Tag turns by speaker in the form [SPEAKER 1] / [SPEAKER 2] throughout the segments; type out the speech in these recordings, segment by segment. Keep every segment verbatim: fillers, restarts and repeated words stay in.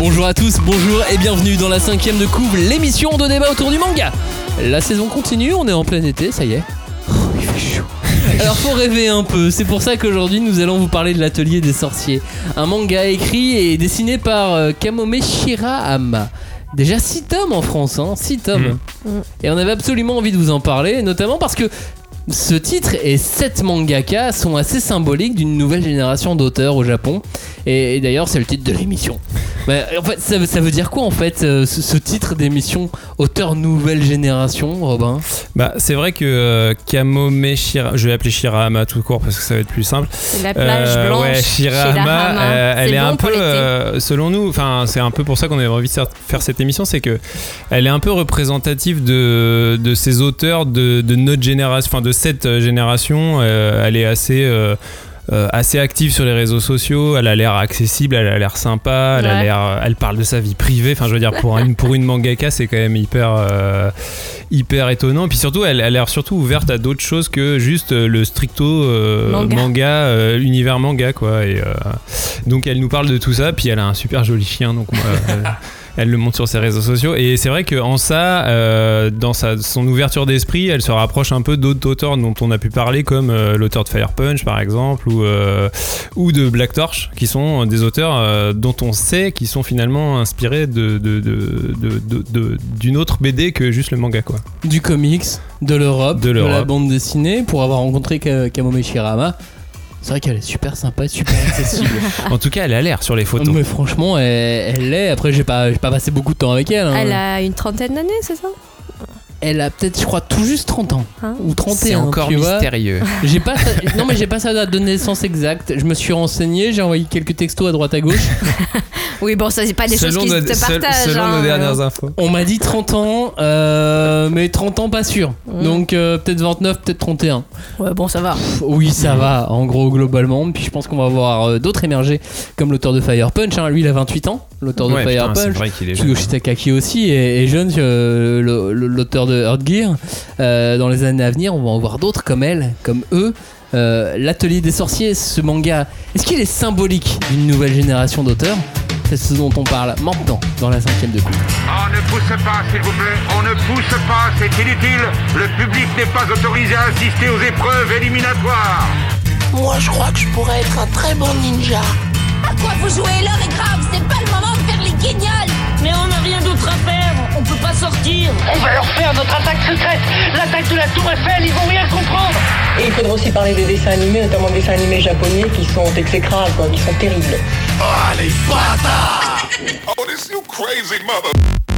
[SPEAKER 1] Bonjour à tous, bonjour et bienvenue dans la cinquième de couve, l'émission de débat autour du manga. La saison continue, on est en plein été, ça y est. Oh, il fait chaud. Alors faut rêver un peu, c'est pour ça qu'aujourd'hui nous allons vous parler de l'Atelier des Sorciers. Un manga écrit et dessiné par euh, Kamome Shirahama. Déjà six tomes en France, hein, six tomes. Mmh. Et on avait absolument envie de vous en parler, notamment parce que ce titre et sept mangaka sont assez symboliques d'une nouvelle génération d'auteurs au Japon. Et, et d'ailleurs, c'est le titre de l'émission. Mais en fait, ça, ça veut dire quoi en fait, ce, ce titre d'émission, auteur nouvelle génération, Robin ?
[SPEAKER 2] Bah, c'est vrai que euh, Kamome Shirahama, je vais l'appeler Shirahama tout court parce que ça va être plus simple.
[SPEAKER 3] C'est la plage euh, blanche.
[SPEAKER 2] Ouais, Shirahama, euh, elle est,
[SPEAKER 3] bon
[SPEAKER 2] un peu, euh, selon nous, enfin, c'est un peu pour ça qu'on avait envie de faire cette émission, c'est que elle est un peu représentative de de ces auteurs de de notre génération, enfin de cette génération. Euh, elle est assez euh, Euh, assez active sur les réseaux sociaux, elle a l'air accessible, elle a l'air sympa, elle ouais. a l'air, elle parle de sa vie privée. Enfin, je veux dire, pour une pour une mangaka, c'est quand même hyper euh, hyper étonnant. Puis surtout, elle, elle a l'air surtout ouverte à d'autres choses que juste le stricto euh, manga, manga euh, univers manga, quoi. Et euh, donc, elle nous parle de tout ça. Puis elle a un super joli chien, donc moi, elle, elle le montre sur ses réseaux sociaux. Et c'est vrai qu'en ça, euh, dans sa, son ouverture d'esprit, elle se rapproche un peu d'autres auteurs dont on a pu parler, comme euh, l'auteur de Fire Punch, par exemple, ou, euh, ou de Black Torch, qui sont des auteurs euh, dont on sait qu'ils sont finalement inspirés de, de, de, de, de, de, d'une autre B D que juste le manga, quoi.
[SPEAKER 1] Du comics, de l'Europe, de, l'Europe. de la bande dessinée, pour avoir rencontré Kamome Shirahama. C'est vrai qu'elle est super sympa et super accessible.
[SPEAKER 2] En tout cas, elle a l'air sur les photos.
[SPEAKER 1] Mais franchement, elle, elle l'est. Après, j'ai pas, j'ai pas passé beaucoup de temps avec elle. Hein.
[SPEAKER 3] Elle a une trentaine d'années, c'est ça ?
[SPEAKER 1] Elle a peut-être, je crois, tout juste trente ans. Hein ou trente et un.
[SPEAKER 2] C'est encore
[SPEAKER 1] tu
[SPEAKER 2] mystérieux.
[SPEAKER 1] Vois. J'ai pas sa... Non, mais j'ai pas sa date de naissance exacte. Je me suis renseigné, j'ai envoyé quelques textos à droite à gauche.
[SPEAKER 3] Oui, bon, ça, c'est pas des
[SPEAKER 2] selon
[SPEAKER 3] choses qui
[SPEAKER 2] nos,
[SPEAKER 3] se partagent.
[SPEAKER 2] Selon
[SPEAKER 3] hein,
[SPEAKER 2] nos dernières
[SPEAKER 3] euh...
[SPEAKER 2] infos.
[SPEAKER 1] On m'a dit trente ans, euh, mais trente ans, pas sûr. Mmh. Donc, euh, peut-être vingt-neuf, peut-être trente et un.
[SPEAKER 3] Ouais, bon, ça va.
[SPEAKER 1] Pff, oui, ça mmh. va, en gros, globalement. Puis je pense qu'on va voir euh, d'autres émerger, comme l'auteur de Fire Punch. Hein. Lui, il a vingt-huit ans, l'auteur
[SPEAKER 2] ouais,
[SPEAKER 1] de Fire
[SPEAKER 2] putain,
[SPEAKER 1] Punch.
[SPEAKER 2] C'est vrai qu'il est jeune.
[SPEAKER 1] Tsuyoshi Takaki aussi est, est jeune, euh, l'auteur de Earth Gear. Euh, dans les années à venir, on va en voir d'autres comme elle, comme eux. Euh, L'Atelier des Sorciers, ce manga, est-ce qu'il est symbolique d'une nouvelle génération d'auteurs ? C'est ce dont on parle maintenant dans la cinquième de coupe.
[SPEAKER 4] On ne pousse pas, s'il vous plaît. On ne pousse pas, c'est inutile. Le public n'est pas autorisé à assister aux épreuves éliminatoires.
[SPEAKER 5] Moi, je crois que je pourrais être un très bon ninja.
[SPEAKER 6] À quoi vous jouez ? L'heure est grave, c'est pas le moment de faire les guignols.
[SPEAKER 7] Mais on n'a rien d'autre à faire, on peut pas sortir.
[SPEAKER 8] On va leur faire notre attaque secrète, l'attaque de la Tour Eiffel, ils vont rien comprendre.
[SPEAKER 9] Et il faudra aussi parler des dessins animés, notamment des dessins animés japonais qui sont exécrables, quoi, qui sont terribles.
[SPEAKER 4] Oh, les bâtards! Oh, this you crazy mother...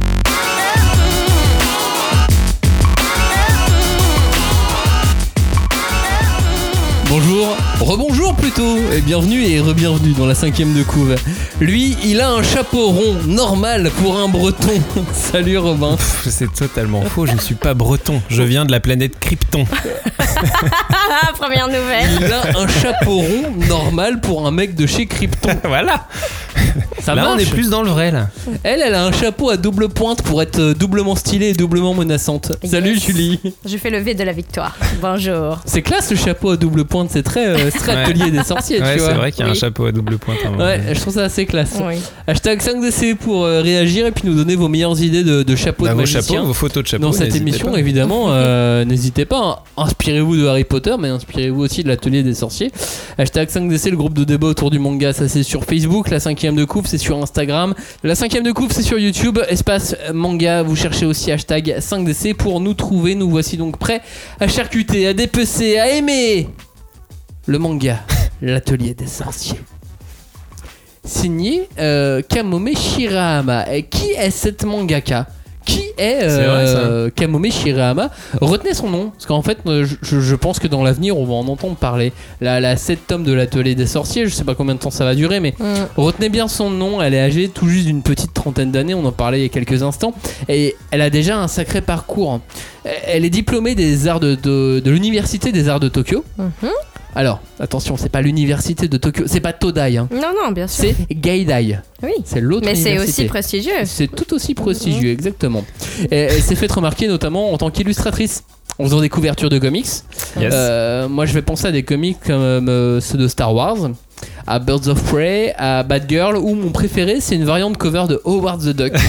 [SPEAKER 1] Bonjour, rebonjour plutôt, et bienvenue et re-bienvenue dans la cinquième de couve. Lui, il a un chapeau rond normal pour un breton. Salut Robin.
[SPEAKER 2] Pff, c'est totalement faux, je ne suis pas breton, je viens de la planète Krypton.
[SPEAKER 3] Première nouvelle.
[SPEAKER 1] Il a un chapeau rond normal pour un mec de chez Krypton.
[SPEAKER 2] Voilà.
[SPEAKER 1] Ça
[SPEAKER 2] Là,
[SPEAKER 1] marche.
[SPEAKER 2] on est plus dans le réel.
[SPEAKER 1] Elle, elle a un chapeau à double pointe pour être doublement stylée et doublement menaçante. Yes. Salut Julie.
[SPEAKER 3] Je fais le V de la victoire. Bonjour.
[SPEAKER 1] C'est classe le chapeau à double pointe, c'est très, euh, c'est très ouais. Atelier des Sorciers,
[SPEAKER 2] ouais,
[SPEAKER 1] tu vois.
[SPEAKER 2] C'est vrai qu'il y a
[SPEAKER 3] oui.
[SPEAKER 2] un chapeau à double pointe. Hein,
[SPEAKER 1] ouais, je trouve ça assez classe.
[SPEAKER 3] Oui.
[SPEAKER 1] Hashtag cinq D C pour euh, réagir et puis nous donner vos meilleures idées de, de chapeaux bah, de
[SPEAKER 2] vos
[SPEAKER 1] magicien.
[SPEAKER 2] Chapeaux, vos photos de chapeaux.
[SPEAKER 1] Dans cette émission, pas. évidemment, euh, n'hésitez pas. Hein. Inspirez-vous de Harry Potter, mais inspirez-vous aussi de l'Atelier des Sorciers. Hashtag cinq D C, le groupe de débat autour du manga, ça c'est sur Facebook. La cinquième de couve, c'est sur Instagram. La cinquième de couve, c'est sur YouTube. Espace manga, vous cherchez aussi hashtag cinq D C pour nous trouver. Nous voici donc prêts à charcuter, à dépecer, à aimer le manga, l'Atelier des Sorciers. Signé euh, Kamome Shirahama. Et qui est cette mangaka ? Qui est, euh, vrai, Kamome Shirahama ? Retenez son nom, parce qu'en fait, je, je pense que dans l'avenir, on va en entendre parler. La, la sept tomes de l'Atelier des Sorciers, je sais pas combien de temps ça va durer, mais mm. retenez bien son nom. Elle est âgée tout juste d'une petite trentaine d'années, on en parlait il y a quelques instants, et elle a déjà un sacré parcours. Elle est diplômée des arts de, de, de l'Université des Arts de Tokyo. Mm-hmm. Alors, attention, c'est pas l'université de Tokyo, c'est pas Todai. Hein.
[SPEAKER 3] Non, non, bien sûr.
[SPEAKER 1] C'est Gaidai.
[SPEAKER 3] Oui.
[SPEAKER 1] C'est l'autre
[SPEAKER 3] Mais
[SPEAKER 1] université.
[SPEAKER 3] c'est aussi prestigieux.
[SPEAKER 1] C'est tout aussi prestigieux, mmh. exactement. Et elle s'est fait remarquer notamment en tant qu'illustratrice, en faisant des couvertures de comics. Yes. Euh, moi, je vais penser à des comics comme euh, ceux de Star Wars. à Birds of Prey, à Bad Girl, ou mon préféré, c'est une variante cover de Howard the Duck.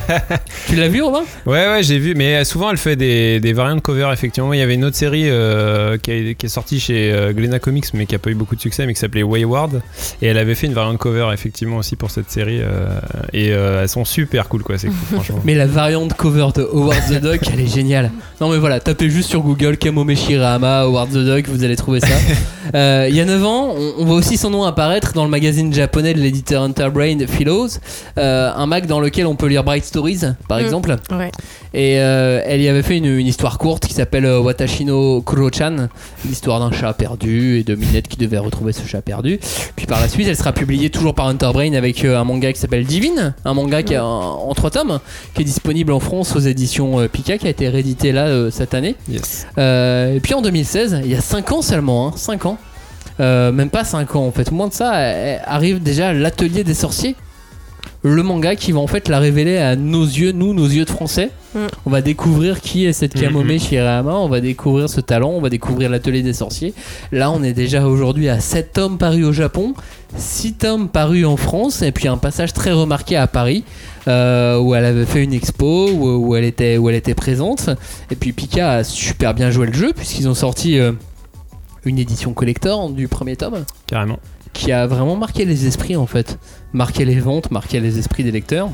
[SPEAKER 1] Tu l'as vu, Robin ?
[SPEAKER 2] Ouais, ouais, j'ai vu, mais souvent elle fait des, des variantes cover, effectivement. Il y avait une autre série euh, qui, est, qui est sortie chez euh, Glénat Comics, mais qui a pas eu beaucoup de succès, mais qui s'appelait Wayward, et elle avait fait une variante cover, effectivement, aussi pour cette série, euh, et euh, elles sont super cool, quoi, c'est cool, franchement.
[SPEAKER 1] Mais la variante cover de Howard the Duck, elle est géniale. Non mais voilà, tapez juste sur Google Kamome Shirahama, Howard the Duck, vous allez trouver ça. Euh, il y a neuf ans, on, on voit aussi son nom apparaître dans le magazine japonais de l'éditeur Enterbrain Philos, euh, un mag dans lequel on peut lire Bright Stories, par mmh. exemple.
[SPEAKER 3] Ouais.
[SPEAKER 1] Et euh, elle y avait fait une, une histoire courte qui s'appelle euh, Watashino Kuro-chan, l'histoire d'un chat perdu et de Minette qui devait retrouver ce chat perdu. Puis par la suite, elle sera publiée toujours par Enterbrain avec euh, un manga qui s'appelle Divine, un manga qui est en, en trois tomes, qui est disponible en France aux éditions euh, Pika, qui a été réédité là euh, cette année.
[SPEAKER 2] Yes.
[SPEAKER 1] Euh, et puis en deux mille seize, il y a cinq ans seulement, hein, cinq ans, euh, même pas cinq ans en fait, moins de ça, elle, elle arrive déjà l'Atelier des Sorciers. Le manga qui va en fait la révéler à nos yeux, nous, nos yeux de français. Mm. On va découvrir qui est cette Kamome mm-hmm. Shirahama, on va découvrir ce talent, on va découvrir l'Atelier des Sorciers. Là, on est déjà aujourd'hui à sept tomes parus au Japon, six tomes parus en France, et puis un passage très remarqué à Paris, euh, où elle avait fait une expo, où, où, elle était, où elle était présente. Et puis Pika a super bien joué le jeu, puisqu'ils ont sorti euh, une édition collector du premier tome.
[SPEAKER 2] Carrément.
[SPEAKER 1] Qui a vraiment marqué les esprits en fait, marqué les ventes, marqué les esprits des lecteurs.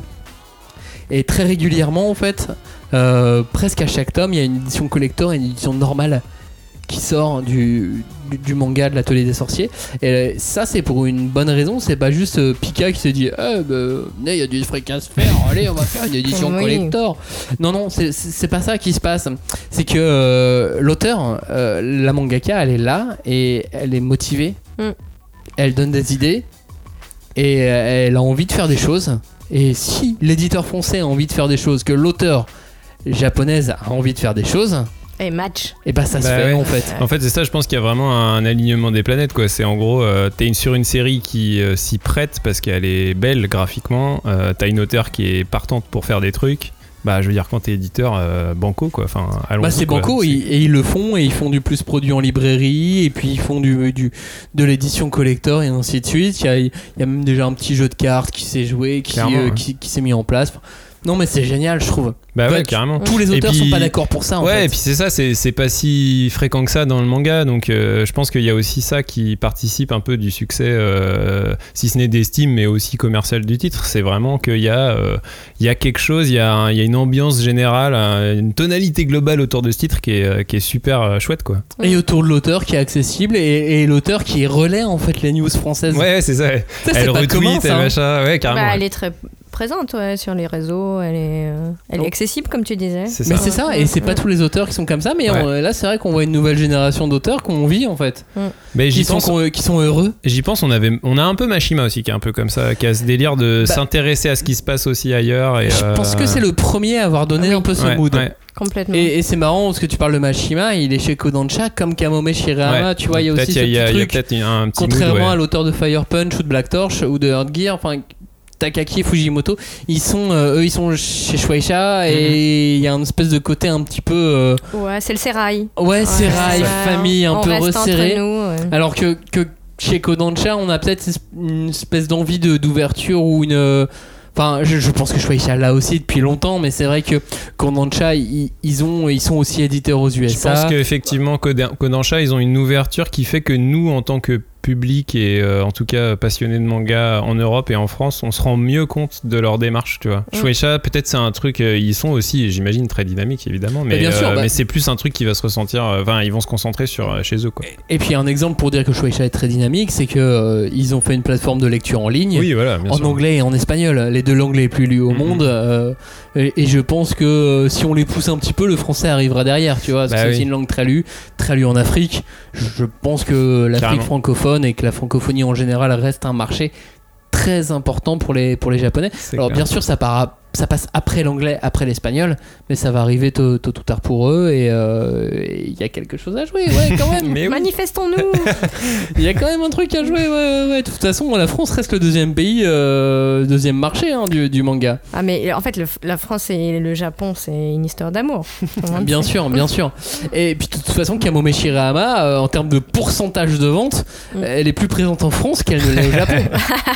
[SPEAKER 1] Et très régulièrement en fait, euh, presque à chaque tome, il y a une édition collector et une édition normale qui sort du, du, du manga de l'Atelier des Sorciers. Et ça c'est pour une bonne raison, c'est pas juste euh, Pika qui se dit eh ben, il y a du fric à se faire, allez on va faire une édition oui. collector. Non non, c'est, c'est pas ça qui se passe. C'est que euh, l'auteur, euh, la mangaka, elle est là et elle est motivée. Mm. Elle donne des idées et elle a envie de faire des choses. Et si l'éditeur français a envie de faire des choses, que l'auteur japonaise a envie de faire des choses,
[SPEAKER 3] et match.
[SPEAKER 1] Et bah ça
[SPEAKER 2] bah
[SPEAKER 1] se fait
[SPEAKER 2] ouais.
[SPEAKER 1] en fait.
[SPEAKER 2] En fait c'est ça, je pense qu'il y a vraiment un alignement des planètes quoi. C'est en gros, euh, t'es une, sur une série qui euh, s'y prête parce qu'elle est belle graphiquement. Euh, t'as une auteure qui est partante pour faire des trucs. Bah je veux dire quand t'es éditeur euh, banco quoi, enfin allons-y.
[SPEAKER 1] Bah c'est
[SPEAKER 2] quoi.
[SPEAKER 1] banco
[SPEAKER 2] c'est...
[SPEAKER 1] Et, et ils le font et ils font du plus produit en librairie et puis ils font du, du de l'édition collector et ainsi de suite. Il y a, il y a même déjà un petit jeu de cartes qui s'est joué, qui, euh, ouais. qui, qui s'est mis en place. Non mais c'est génial je trouve.
[SPEAKER 2] Bah ouais,
[SPEAKER 1] ouais
[SPEAKER 2] carrément.
[SPEAKER 1] Tous les auteurs
[SPEAKER 2] puis,
[SPEAKER 1] sont pas d'accord pour ça en
[SPEAKER 2] ouais,
[SPEAKER 1] fait.
[SPEAKER 2] et puis c'est ça, c'est, c'est pas si fréquent que ça dans le manga, donc euh, je pense qu'il y a aussi ça qui participe un peu du succès, euh, si ce n'est d'estime, mais aussi commercial du titre. C'est vraiment qu'il y a, euh, il y a quelque chose, il y a, un, il y a une ambiance générale, une tonalité globale autour de ce titre qui est, qui est super chouette quoi.
[SPEAKER 1] Et autour de l'auteur qui est accessible et, et l'auteur qui relaie en fait les news françaises.
[SPEAKER 2] Ouais, c'est ça. Ouais. Ça, elle retweet, elle machin, ouais, carrément.
[SPEAKER 3] Bah,
[SPEAKER 2] ouais.
[SPEAKER 3] Elle est très présente ouais, sur les réseaux, elle est, euh, elle est accessible comme tu disais.
[SPEAKER 1] C'est mais ça. c'est ça, et c'est pas tous les auteurs qui sont comme ça, mais ouais. on, là c'est vrai qu'on voit une nouvelle génération d'auteurs qu'on vit en fait, mm. mais qui, pense, sont, qui sont heureux.
[SPEAKER 2] J'y pense, on, avait, on a un peu Mashima aussi qui est un peu comme ça, qui a ce délire de bah, s'intéresser à ce qui se passe aussi ailleurs. Et
[SPEAKER 1] je euh... pense que c'est le premier à avoir donné
[SPEAKER 3] oui.
[SPEAKER 1] un peu ce
[SPEAKER 2] ouais,
[SPEAKER 1] mood.
[SPEAKER 2] Ouais.
[SPEAKER 3] Complètement.
[SPEAKER 1] Et, et c'est marrant parce que tu parles de Mashima, il est chez Kodansha comme Kamome Shirahama, ouais. tu vois, il y a aussi ce
[SPEAKER 2] y a,
[SPEAKER 1] petit
[SPEAKER 2] y a,
[SPEAKER 1] truc.
[SPEAKER 2] Y a un petit
[SPEAKER 1] contrairement
[SPEAKER 2] mood, ouais.
[SPEAKER 1] à l'auteur de Fire Punch ou de Black Torch ou de Earth Gear, enfin. Takaki et Fujimoto, ils sont, euh, eux, ils sont chez Shueisha et il mm-hmm. y a une espèce de côté un petit peu. Euh...
[SPEAKER 3] Ouais, c'est le sérail.
[SPEAKER 1] Ouais, ouais sérail, famille un
[SPEAKER 3] on
[SPEAKER 1] peu
[SPEAKER 3] reste
[SPEAKER 1] resserrée.
[SPEAKER 3] Entre nous, ouais.
[SPEAKER 1] Alors que, que chez Kodansha, on a peut-être une espèce d'envie de, d'ouverture ou une. Enfin, je, je pense que Shueisha l'a aussi depuis longtemps, mais c'est vrai que Kodansha, ils, ils, ont, ils sont aussi éditeurs aux U S A.
[SPEAKER 2] Je pense qu'effectivement, Kodansha, ils ont une ouverture qui fait que nous, en tant que public et euh, en tout cas passionné de manga en Europe et en France, on se rend mieux compte de leur démarche, tu vois. Mm. Shueisha, peut-être c'est un truc, euh, ils sont aussi, j'imagine, très dynamiques évidemment, mais,
[SPEAKER 1] bien sûr,
[SPEAKER 2] euh,
[SPEAKER 1] bah...
[SPEAKER 2] mais c'est plus un truc qui va se ressentir, enfin, euh, ils vont se concentrer sur euh, chez eux, quoi.
[SPEAKER 1] Et, et puis un exemple pour dire que Shueisha est très dynamique, c'est que euh, ils ont fait une plateforme de lecture en ligne,
[SPEAKER 2] oui, voilà, bien
[SPEAKER 1] en
[SPEAKER 2] sûr.
[SPEAKER 1] anglais et en espagnol, les deux langues les plus lues au mm-hmm. monde. Euh, et, et je pense que euh, si on les pousse un petit peu, le français arrivera derrière, tu vois, parce bah que oui. c'est une langue très lue, très lue en Afrique. Je, je pense que l'Afrique Carrément. francophone et que la francophonie en général reste un marché très important pour les, pour les Japonais. C'est Alors clair. Bien sûr ça para, ça passe après l'anglais, après l'espagnol, mais ça va arriver tôt, tôt ou tard pour eux et il euh, y a quelque chose à jouer, ouais, quand même.
[SPEAKER 3] Mais oui. Manifestons-nous.
[SPEAKER 1] Il y a quand même un truc à jouer, ouais, ouais, ouais. De toute façon, la France reste le deuxième pays, euh, deuxième marché hein, du, du manga.
[SPEAKER 3] Ah, mais en fait, le, la France et le Japon, c'est une histoire d'amour.
[SPEAKER 1] Bien sûr, bien sûr. Et puis de toute façon, Kamome Shirahama, euh, en termes de pourcentage de vente, mm. elle est plus présente en France qu'elle ne l'est au Japon.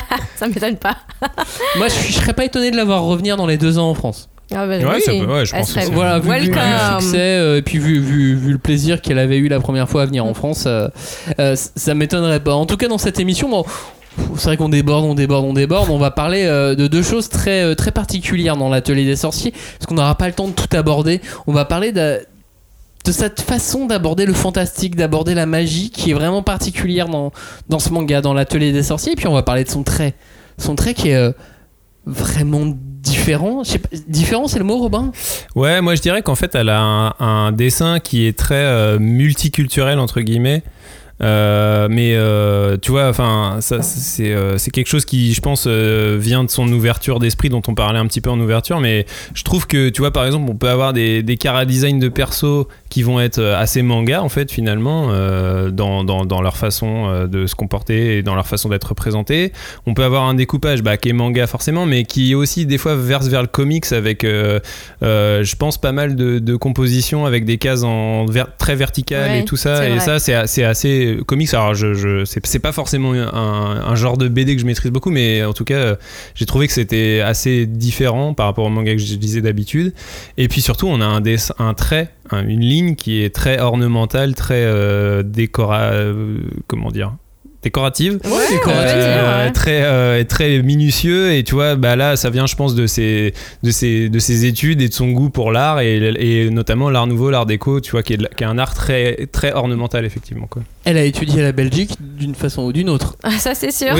[SPEAKER 3] Ça m'étonne pas.
[SPEAKER 1] Moi, je, je serais pas étonné de la voir revenir dans les deux ans en France.
[SPEAKER 3] Ah bah
[SPEAKER 2] ouais,
[SPEAKER 3] oui.
[SPEAKER 2] ça peut, ouais, je
[SPEAKER 3] elle
[SPEAKER 2] pense
[SPEAKER 3] serait...
[SPEAKER 1] Voilà, vu, vu, vu le succès euh, et puis vu, vu, vu le plaisir qu'elle avait eu la première fois à venir en France, euh, euh, ça m'étonnerait pas. En tout cas, dans cette émission, bon, c'est vrai qu'on déborde, on déborde, on déborde. On va parler euh, de deux choses très, euh, très particulières dans l'atelier des sorciers, parce qu'on n'aura pas le temps de tout aborder. On va parler de, de cette façon d'aborder le fantastique, d'aborder la magie, qui est vraiment particulière dans, dans ce manga, dans l'atelier des sorciers. Et puis on va parler de son trait, son trait qui est euh, vraiment différent. Je sais pas, différent, c'est le mot, Robin ?
[SPEAKER 2] Ouais, moi je dirais qu'en fait elle a un, un dessin qui est très euh, multiculturel entre guillemets. Euh, mais euh, tu vois, enfin, ça, c'est, euh, c'est quelque chose qui, je pense, euh, vient de son ouverture d'esprit dont on parlait un petit peu en ouverture. Mais je trouve que, tu vois, par exemple, on peut avoir des, des chara-design de persos qui vont être assez manga en fait finalement euh, dans, dans, dans leur façon euh, de se comporter et dans leur façon d'être représentés. On peut avoir un découpage bah, qui est manga forcément, mais qui aussi des fois verse vers le comics avec, euh, euh, je pense, pas mal de, de compositions avec des cases en ver- très verticales ouais, et tout ça. Et vrai. ça, c'est, c'est assez comics. Alors, je, je, c'est, c'est pas forcément un, un genre de B D que je maîtrise beaucoup, mais en tout cas, j'ai trouvé que c'était assez différent par rapport au manga que je lisais d'habitude. Et puis surtout, on a un, dessin, un trait, une ligne qui est très ornementale, très euh, décora... Euh, comment dire décorative,
[SPEAKER 3] ouais,
[SPEAKER 2] décorative
[SPEAKER 3] euh,
[SPEAKER 2] ouais. très euh, très minutieux et tu vois bah là ça vient je pense de ses de ses de ses études et de son goût pour l'art et, et notamment l'art nouveau, l'art déco, tu vois qui est, qui est un art très très ornemental effectivement quoi.
[SPEAKER 1] Elle a étudié à la Belgique d'une façon ou d'une autre.
[SPEAKER 3] Ah, ça c'est sûr.
[SPEAKER 2] Oui.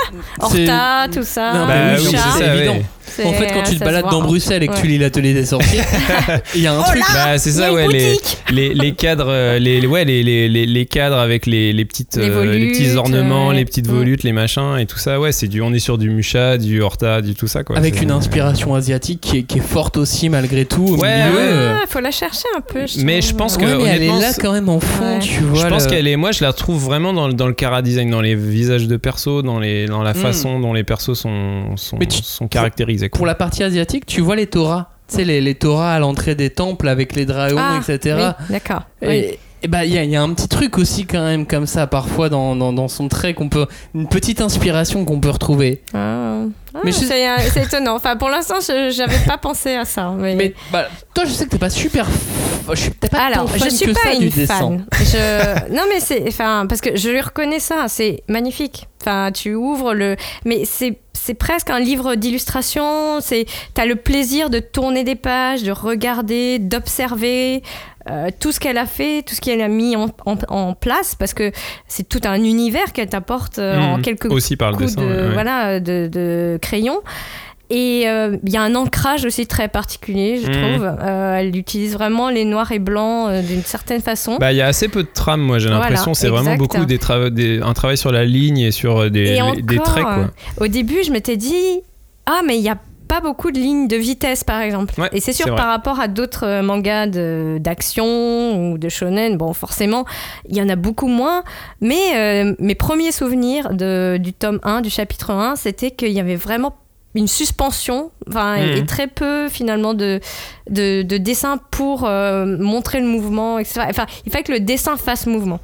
[SPEAKER 3] Horta, tout ça.
[SPEAKER 1] Non,
[SPEAKER 2] bah, oui,
[SPEAKER 1] c'est,
[SPEAKER 2] c'est ça,
[SPEAKER 1] évident.
[SPEAKER 2] Ouais.
[SPEAKER 3] C'est,
[SPEAKER 1] en fait, quand tu te balades dans Bruxelles et que
[SPEAKER 3] ouais.
[SPEAKER 1] tu lis l'atelier des sorciers, il y a un
[SPEAKER 3] oh
[SPEAKER 1] truc.
[SPEAKER 3] Là,
[SPEAKER 2] bah, c'est ça, ouais, les, les, les cadres, les, ouais, les, les, les, les cadres avec les, les petites,
[SPEAKER 3] les,
[SPEAKER 2] euh,
[SPEAKER 3] volutes,
[SPEAKER 2] les petits ornements,
[SPEAKER 3] ouais.
[SPEAKER 2] les petites volutes,
[SPEAKER 3] ouais.
[SPEAKER 2] les machins et tout ça. Ouais, c'est du, on est sur du Musha, du Horta, du tout ça quoi.
[SPEAKER 1] Avec
[SPEAKER 2] c'est,
[SPEAKER 1] une inspiration asiatique qui est, qui est forte aussi malgré tout. Au
[SPEAKER 2] ouais,
[SPEAKER 1] milieu.
[SPEAKER 2] ouais.
[SPEAKER 3] Euh... faut la chercher un peu. Je
[SPEAKER 2] mais je pense que
[SPEAKER 1] ouais, mais elle est là
[SPEAKER 2] c'est...
[SPEAKER 1] quand même en fond,
[SPEAKER 3] ouais.
[SPEAKER 1] tu vois.
[SPEAKER 2] Je pense
[SPEAKER 1] le...
[SPEAKER 2] qu'elle est. Moi, je la trouve vraiment dans, dans le chara design, dans les visages de persos, dans les, dans la façon mm. dont les persos sont, sont, tu, sont caractérisés. Quoi.
[SPEAKER 1] Pour la partie asiatique, tu vois les Torahs, tu sais les, les Torahs à l'entrée des temples avec les dragons,
[SPEAKER 3] ah,
[SPEAKER 1] et cetera.
[SPEAKER 3] Oui, d'accord.
[SPEAKER 1] Et,
[SPEAKER 3] oui.
[SPEAKER 1] et bah il y, y a un petit truc aussi quand même comme ça parfois dans, dans, dans son trait qu'on peut, une petite inspiration qu'on peut retrouver.
[SPEAKER 3] Ah. Ah,
[SPEAKER 1] mais je...
[SPEAKER 3] c'est, c'est étonnant. Enfin, pour l'instant, je, j'avais pas pensé à ça. Mais,
[SPEAKER 1] mais bah, toi, je sais que t'es pas super. Je suis peut-être pas
[SPEAKER 3] Alors,
[SPEAKER 1] tant fan
[SPEAKER 3] je suis
[SPEAKER 1] que
[SPEAKER 3] pas
[SPEAKER 1] ça
[SPEAKER 3] une
[SPEAKER 1] du
[SPEAKER 3] fan.
[SPEAKER 1] dessin.
[SPEAKER 3] Je... Non, mais c'est, enfin, parce que je lui reconnais ça. C'est magnifique. Enfin, tu ouvres le, mais c'est c'est presque un livre d'illustration. C'est, t'as le plaisir de tourner des pages, de regarder, d'observer. Euh, tout ce qu'elle a fait, tout ce qu'elle a mis en, en, en place, parce que c'est tout un univers qu'elle t'apporte euh, mmh, en quelques
[SPEAKER 2] aussi par le
[SPEAKER 3] coups
[SPEAKER 2] dessin,
[SPEAKER 3] de,
[SPEAKER 2] ouais.
[SPEAKER 3] voilà, de, de crayon. Et il euh, y a un ancrage aussi très particulier, je mmh. trouve. Euh, elle utilise vraiment les noirs et blancs euh, d'une certaine façon.
[SPEAKER 2] Bah, il y a assez peu de trame, moi j'ai l'impression.
[SPEAKER 3] Voilà,
[SPEAKER 2] c'est
[SPEAKER 3] exact.
[SPEAKER 2] Vraiment beaucoup des tra- des, un travail sur la ligne et sur des,
[SPEAKER 3] et
[SPEAKER 2] les,
[SPEAKER 3] encore,
[SPEAKER 2] des traits. Quoi.
[SPEAKER 3] Au début, je m'étais dit, ah, mais il y a pas beaucoup de lignes de vitesse par exemple
[SPEAKER 2] ouais,
[SPEAKER 3] et c'est sûr
[SPEAKER 2] c'est
[SPEAKER 3] par rapport à d'autres euh, mangas de, d'action ou de shonen, bon forcément il y en a beaucoup moins, mais euh, mes premiers souvenirs de, du tome un, du chapitre un, c'était qu'il y avait vraiment une suspension, enfin, mmh. et très peu finalement de, de, de dessin pour euh, montrer le mouvement, et cetera. Enfin, il fallait que le dessin fasse mouvement.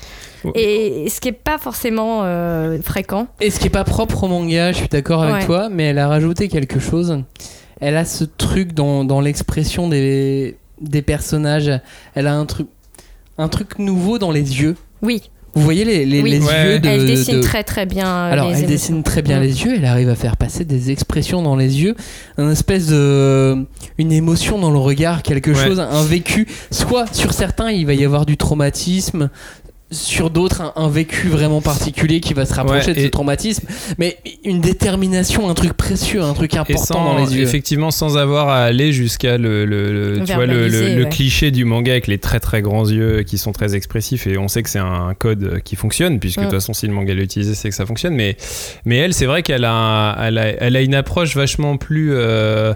[SPEAKER 3] Et ce qui n'est pas forcément euh, fréquent.
[SPEAKER 1] Et ce qui n'est pas propre au manga, je suis d'accord avec
[SPEAKER 3] ouais.
[SPEAKER 1] toi, mais elle a rajouté quelque chose. Elle a ce truc dans, dans l'expression des, des personnages. Elle a un truc, un truc nouveau dans les yeux.
[SPEAKER 3] Oui.
[SPEAKER 1] Vous voyez les, les,
[SPEAKER 3] oui.
[SPEAKER 1] les
[SPEAKER 3] ouais.
[SPEAKER 1] yeux de...
[SPEAKER 3] Elle dessine
[SPEAKER 1] de...
[SPEAKER 3] très très bien
[SPEAKER 1] Alors,
[SPEAKER 3] les
[SPEAKER 1] elle
[SPEAKER 3] émotions.
[SPEAKER 1] dessine très bien
[SPEAKER 3] ouais.
[SPEAKER 1] les yeux. Elle arrive à faire passer des expressions dans les yeux. Un espèce de... Une émotion dans le regard, quelque ouais. chose, un vécu. Soit, sur certains, il va y avoir du traumatisme. Sur d'autres, un, un vécu vraiment particulier qui va se rapprocher ouais, de ce traumatisme, mais une détermination, un truc précieux, un truc important
[SPEAKER 2] sans,
[SPEAKER 1] dans les yeux.
[SPEAKER 2] Effectivement, sans avoir à aller jusqu'à le, le, le, tu vois, le, le, le
[SPEAKER 3] ouais.
[SPEAKER 2] cliché du manga avec les très très grands yeux qui sont très expressifs, et on sait que c'est un code qui fonctionne, puisque de toute ouais. façon, si le manga l'a utilisé, c'est que ça fonctionne. Mais, mais elle, c'est vrai qu'elle a, elle a, elle a une approche vachement plus... Euh,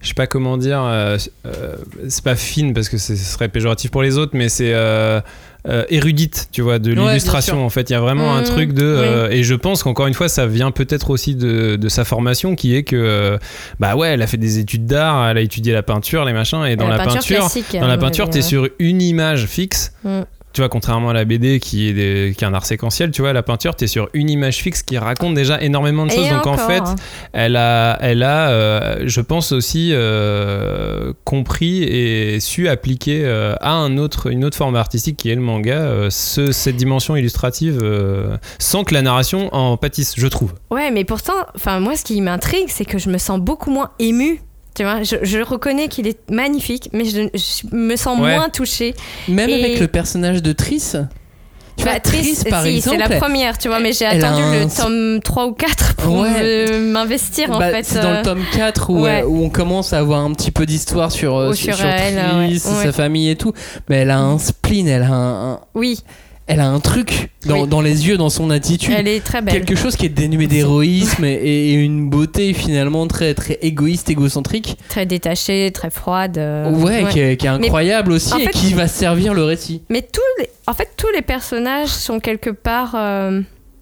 [SPEAKER 2] je sais pas comment dire, euh, euh, c'est pas fine parce que ce serait péjoratif pour les autres, mais c'est euh, euh, érudite, tu vois, de
[SPEAKER 1] Ouais,
[SPEAKER 2] l'illustration. En fait, il y a vraiment
[SPEAKER 3] mmh,
[SPEAKER 2] un truc de, euh,
[SPEAKER 3] oui.
[SPEAKER 2] et je pense qu'encore une fois, ça vient peut-être aussi de, de sa formation, qui est que, euh, bah ouais, elle a fait des études d'art, elle a étudié la peinture, les machins, et dans la,
[SPEAKER 3] la
[SPEAKER 2] peinture,
[SPEAKER 3] peinture, classique,
[SPEAKER 2] dans la
[SPEAKER 3] hein,
[SPEAKER 2] peinture,
[SPEAKER 3] ouais.
[SPEAKER 2] t'es sur une image fixe.
[SPEAKER 3] Mmh.
[SPEAKER 2] Tu vois, contrairement à la B D qui est, des, qui est un art séquentiel, tu vois, la peinture, t'es sur une image fixe qui raconte déjà énormément de choses.
[SPEAKER 3] Et
[SPEAKER 2] Donc
[SPEAKER 3] encore,
[SPEAKER 2] en fait,
[SPEAKER 3] hein.
[SPEAKER 2] elle a, elle a euh, je pense aussi, euh, compris et su appliquer euh, à un autre, une autre forme artistique qui est le manga, euh, ce, cette dimension illustrative, euh, sans que la narration en pâtisse, je trouve.
[SPEAKER 3] Ouais, mais pourtant, enfin moi, ce qui m'intrigue, c'est que je me sens beaucoup moins émue. Tu vois, je, je reconnais qu'il est magnifique, mais je, je me sens
[SPEAKER 2] Ouais.
[SPEAKER 3] moins touchée.
[SPEAKER 1] Même
[SPEAKER 3] Et-
[SPEAKER 1] avec le personnage de Triss. Tu
[SPEAKER 3] Bah,
[SPEAKER 1] vois, Triss,
[SPEAKER 3] Triss,
[SPEAKER 1] par
[SPEAKER 3] si,
[SPEAKER 1] exemple.
[SPEAKER 3] c'est la première, tu vois, mais j'ai
[SPEAKER 1] elle a
[SPEAKER 3] attendu
[SPEAKER 1] un-
[SPEAKER 3] le tome trois ou quatre pour
[SPEAKER 1] Ouais.
[SPEAKER 3] me- m'investir, en
[SPEAKER 1] Bah,
[SPEAKER 3] fait.
[SPEAKER 1] c'est dans
[SPEAKER 3] euh,
[SPEAKER 1] le tome quatre où,
[SPEAKER 3] ouais.
[SPEAKER 1] euh, où on commence à avoir un petit peu d'histoire sur, euh,
[SPEAKER 3] Oh,
[SPEAKER 1] sur,
[SPEAKER 3] sur
[SPEAKER 1] sur
[SPEAKER 3] elle,
[SPEAKER 1] Triss,
[SPEAKER 3] ouais. Ouais.
[SPEAKER 1] sa famille et tout. Mais elle a un spleen, elle a un, un-
[SPEAKER 3] Oui,
[SPEAKER 1] elle a un truc dans,
[SPEAKER 3] Oui.
[SPEAKER 1] dans les yeux, dans son attitude.
[SPEAKER 3] elle est très belle.
[SPEAKER 1] Quelque chose qui est dénué d'héroïsme et, et une beauté finalement très, très égoïste, égocentrique.
[SPEAKER 3] Très détachée, très froide. euh,
[SPEAKER 1] Ouais, Qui, est, qui est
[SPEAKER 3] Mais
[SPEAKER 1] incroyable aussi
[SPEAKER 3] en
[SPEAKER 1] et
[SPEAKER 3] fait-
[SPEAKER 1] qui va servir le récit.
[SPEAKER 3] Mais tous les, en fait, tous les personnages sont quelque part euh,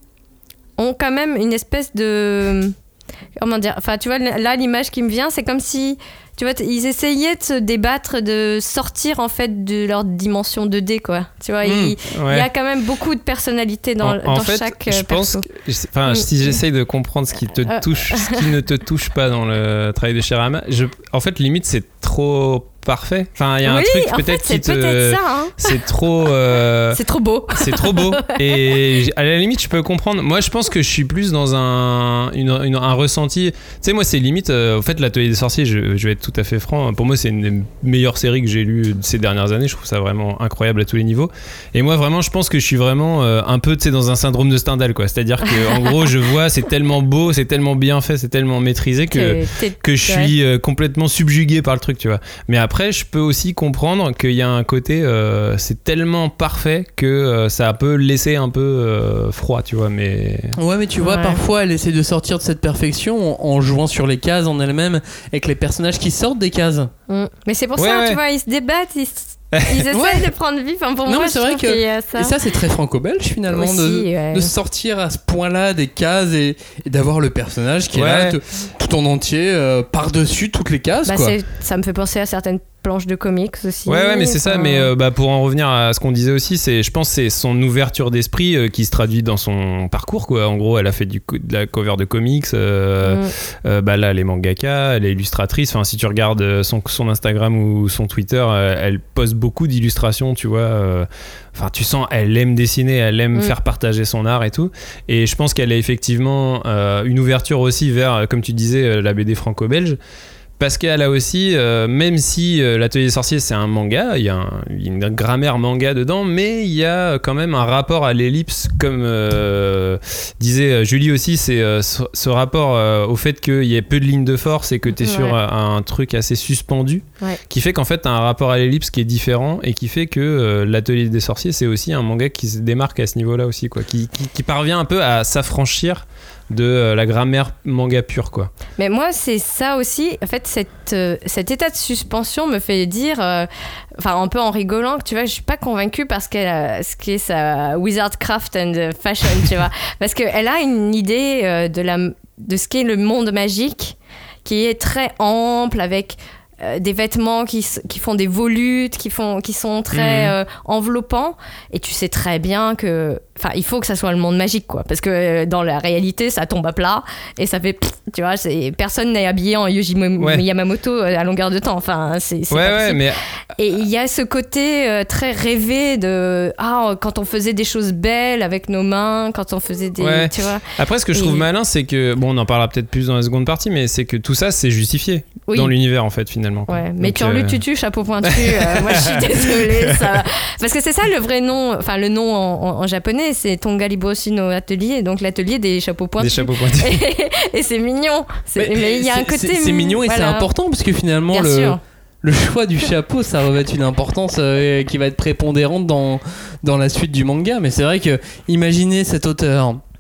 [SPEAKER 3] ont quand même une espèce de comment dire. Enfin, tu vois, là, l'image qui me vient, c'est comme si, tu vois, ils essayaient de se débattre, de sortir en fait de leur dimension deux D, quoi. Tu vois,
[SPEAKER 2] Mmh,
[SPEAKER 3] il,
[SPEAKER 2] ouais.
[SPEAKER 3] il y a quand même beaucoup de personnalité dans,
[SPEAKER 2] en, en
[SPEAKER 3] dans
[SPEAKER 2] fait,
[SPEAKER 3] chaque
[SPEAKER 2] je
[SPEAKER 3] euh,
[SPEAKER 2] pense,
[SPEAKER 3] perso.
[SPEAKER 2] que, enfin,
[SPEAKER 3] Mm.
[SPEAKER 2] si j'essaye de comprendre ce qui te
[SPEAKER 3] Euh.
[SPEAKER 2] touche, ce qui ne te touche pas dans le travail de Shirama, je, en fait, limite, c'est trop parfait. Enfin, il y a
[SPEAKER 3] oui,
[SPEAKER 2] un truc
[SPEAKER 3] en
[SPEAKER 2] peut-être
[SPEAKER 3] fait,
[SPEAKER 2] qui
[SPEAKER 3] c'est
[SPEAKER 2] te,
[SPEAKER 3] peut-être ça. Hein.
[SPEAKER 2] c'est trop, euh,
[SPEAKER 3] C'est trop beau.
[SPEAKER 2] c'est trop beau. Et à la limite, je peux comprendre. Moi, je pense que je suis plus dans un, une, une- un ressenti. Tu sais, moi, c'est limite. Euh, en fait, l'Atelier des Sorciers, je, je vais être tout à fait franc. Pour moi, c'est une des meilleures séries que j'ai lues ces dernières années. Je trouve ça vraiment incroyable à tous les niveaux. Et moi, vraiment, je pense que je suis vraiment euh, un peu, tu sais, dans un syndrome de Stendhal, quoi. C'est-à-dire que, en gros, je vois, c'est tellement beau, c'est tellement bien fait, c'est tellement maîtrisé que.
[SPEAKER 3] T'es- t'es-
[SPEAKER 2] que je
[SPEAKER 3] ouais.
[SPEAKER 2] suis euh, complètement subjugué par le truc, tu vois. Mais après, je peux aussi comprendre qu'il y a un côté, euh, c'est tellement parfait que euh, ça peut laisser un peu euh, froid, tu vois. Mais
[SPEAKER 1] Ouais, mais tu vois,
[SPEAKER 3] Ouais.
[SPEAKER 1] parfois elle essaie de sortir de cette perfection en, en jouant sur les cases en elles-mêmes, avec les personnages qui sortent des cases.
[SPEAKER 3] Mm. Mais c'est pour
[SPEAKER 2] Ouais,
[SPEAKER 3] ça,
[SPEAKER 2] ouais.
[SPEAKER 3] tu vois, ils se débattent, ils, s- ils essaient
[SPEAKER 1] Ouais.
[SPEAKER 3] de prendre vie. Enfin, pour
[SPEAKER 1] Non,
[SPEAKER 3] moi,
[SPEAKER 1] mais c'est
[SPEAKER 3] je
[SPEAKER 1] vrai
[SPEAKER 3] trouve
[SPEAKER 1] que-
[SPEAKER 3] qu'il y a ça.
[SPEAKER 1] Et ça, c'est très franco-belge finalement,
[SPEAKER 3] Aussi,
[SPEAKER 1] de,
[SPEAKER 3] ouais.
[SPEAKER 1] de sortir à ce point-là des cases et, et d'avoir le personnage qui est
[SPEAKER 2] Ouais.
[SPEAKER 1] là, te- tout en entier, euh, par-dessus toutes les cases,
[SPEAKER 3] Bah,
[SPEAKER 1] quoi.
[SPEAKER 3] c'est- ça me fait penser à certaines planches de comics aussi.
[SPEAKER 2] ouais, ouais, mais c'est ça.
[SPEAKER 3] Enfin,
[SPEAKER 2] Mais euh, bah, pour en revenir à ce qu'on disait aussi, c'est, je pense, que c'est son ouverture d'esprit euh, qui se traduit dans son parcours, quoi. En gros, elle a fait du, co- de la cover de comics. Euh,
[SPEAKER 3] mm.
[SPEAKER 2] Euh, bah là, elle est mangaka, elle est illustratrice. Enfin, si tu regardes euh, son, son Instagram ou son Twitter, euh, elle poste beaucoup d'illustrations, tu vois. euh, Enfin, tu sens, elle aime dessiner, elle aime
[SPEAKER 3] Mm.
[SPEAKER 2] faire partager son art et tout. Et je pense qu'elle a effectivement euh, une ouverture aussi vers, euh, comme tu disais, euh, la B D franco-belge. Parce qu'elle a aussi, euh, même si euh, l'Atelier des Sorciers c'est un manga, il y a un- une grammaire manga dedans, mais il y a quand même un rapport à l'ellipse, comme euh, disait Julie aussi, c'est euh, ce, ce rapport euh, au fait qu'il y ait peu de lignes de force et que tu es
[SPEAKER 3] Ouais.
[SPEAKER 2] sur un, un truc assez suspendu,
[SPEAKER 3] Ouais.
[SPEAKER 2] qui fait qu'en fait tu as un rapport à l'ellipse qui est différent et qui fait que euh, l'Atelier des Sorciers c'est aussi un manga qui se démarque à ce niveau-là aussi, quoi, qui, qui, qui parvient un peu à s'affranchir de euh, la grammaire manga pure, quoi.
[SPEAKER 3] Mais moi, c'est ça aussi. En fait, cette, euh, cet état de suspension me fait dire, euh, enfin, un peu en rigolant, que tu vois, je suis pas convaincue parce qu'elle a ce qui est sa Wizardcraft and Fashion, tu vois. Parce qu'elle a une idée euh, de, la, de ce qu'est le monde magique qui est très ample, avec euh, des vêtements qui, s- qui font des volutes, qui, font, qui sont très
[SPEAKER 2] Mhm.
[SPEAKER 3] euh, enveloppants. Et tu sais très bien que. Enfin, il faut que ça soit le monde magique, quoi. Parce que euh, dans la réalité, ça tombe à plat et ça fait. Pff, tu vois, c'est, personne n'est habillé en Yuji Mo-
[SPEAKER 2] Ouais.
[SPEAKER 3] Yamamoto euh, à longueur de temps. Enfin, c'est, c'est
[SPEAKER 2] Ouais,
[SPEAKER 3] pas
[SPEAKER 2] ouais,
[SPEAKER 3] possible.
[SPEAKER 2] mais
[SPEAKER 3] Et il y a ce côté euh, très rêvé de. Ah, quand on faisait des choses belles avec nos mains, quand on faisait des.
[SPEAKER 2] Ouais.
[SPEAKER 3] Tu vois.
[SPEAKER 2] après, ce que je
[SPEAKER 3] Et-
[SPEAKER 2] trouve malin, c'est que, bon, on en parlera peut-être plus dans la seconde partie, mais c'est que tout ça, c'est justifié
[SPEAKER 3] Oui.
[SPEAKER 2] dans l'univers, en fait, finalement. quoi.
[SPEAKER 3] Ouais, mais
[SPEAKER 2] Donc,
[SPEAKER 3] Turlu
[SPEAKER 2] euh,
[SPEAKER 3] Tutu, chapeau pointu, euh, moi je suis désolée. Ça... Parce que c'est ça le vrai nom, enfin le nom en, en- en japonais, c'est Tonga Liboshi no Atelier, donc l'atelier des chapeaux pointus.
[SPEAKER 2] Des chapeaux pointus.
[SPEAKER 3] Et, et c'est mignon. C'est- mais il y a un
[SPEAKER 1] c'est-
[SPEAKER 3] côté.
[SPEAKER 1] c'est, c'est mignon et c'est
[SPEAKER 3] voilà.
[SPEAKER 1] important parce que finalement
[SPEAKER 3] Bien
[SPEAKER 1] le,
[SPEAKER 3] sûr.
[SPEAKER 1] le choix du chapeau ça revêt une importance euh, qui va être prépondérante dans, dans la suite du manga. Mais c'est vrai que imaginez cet auteur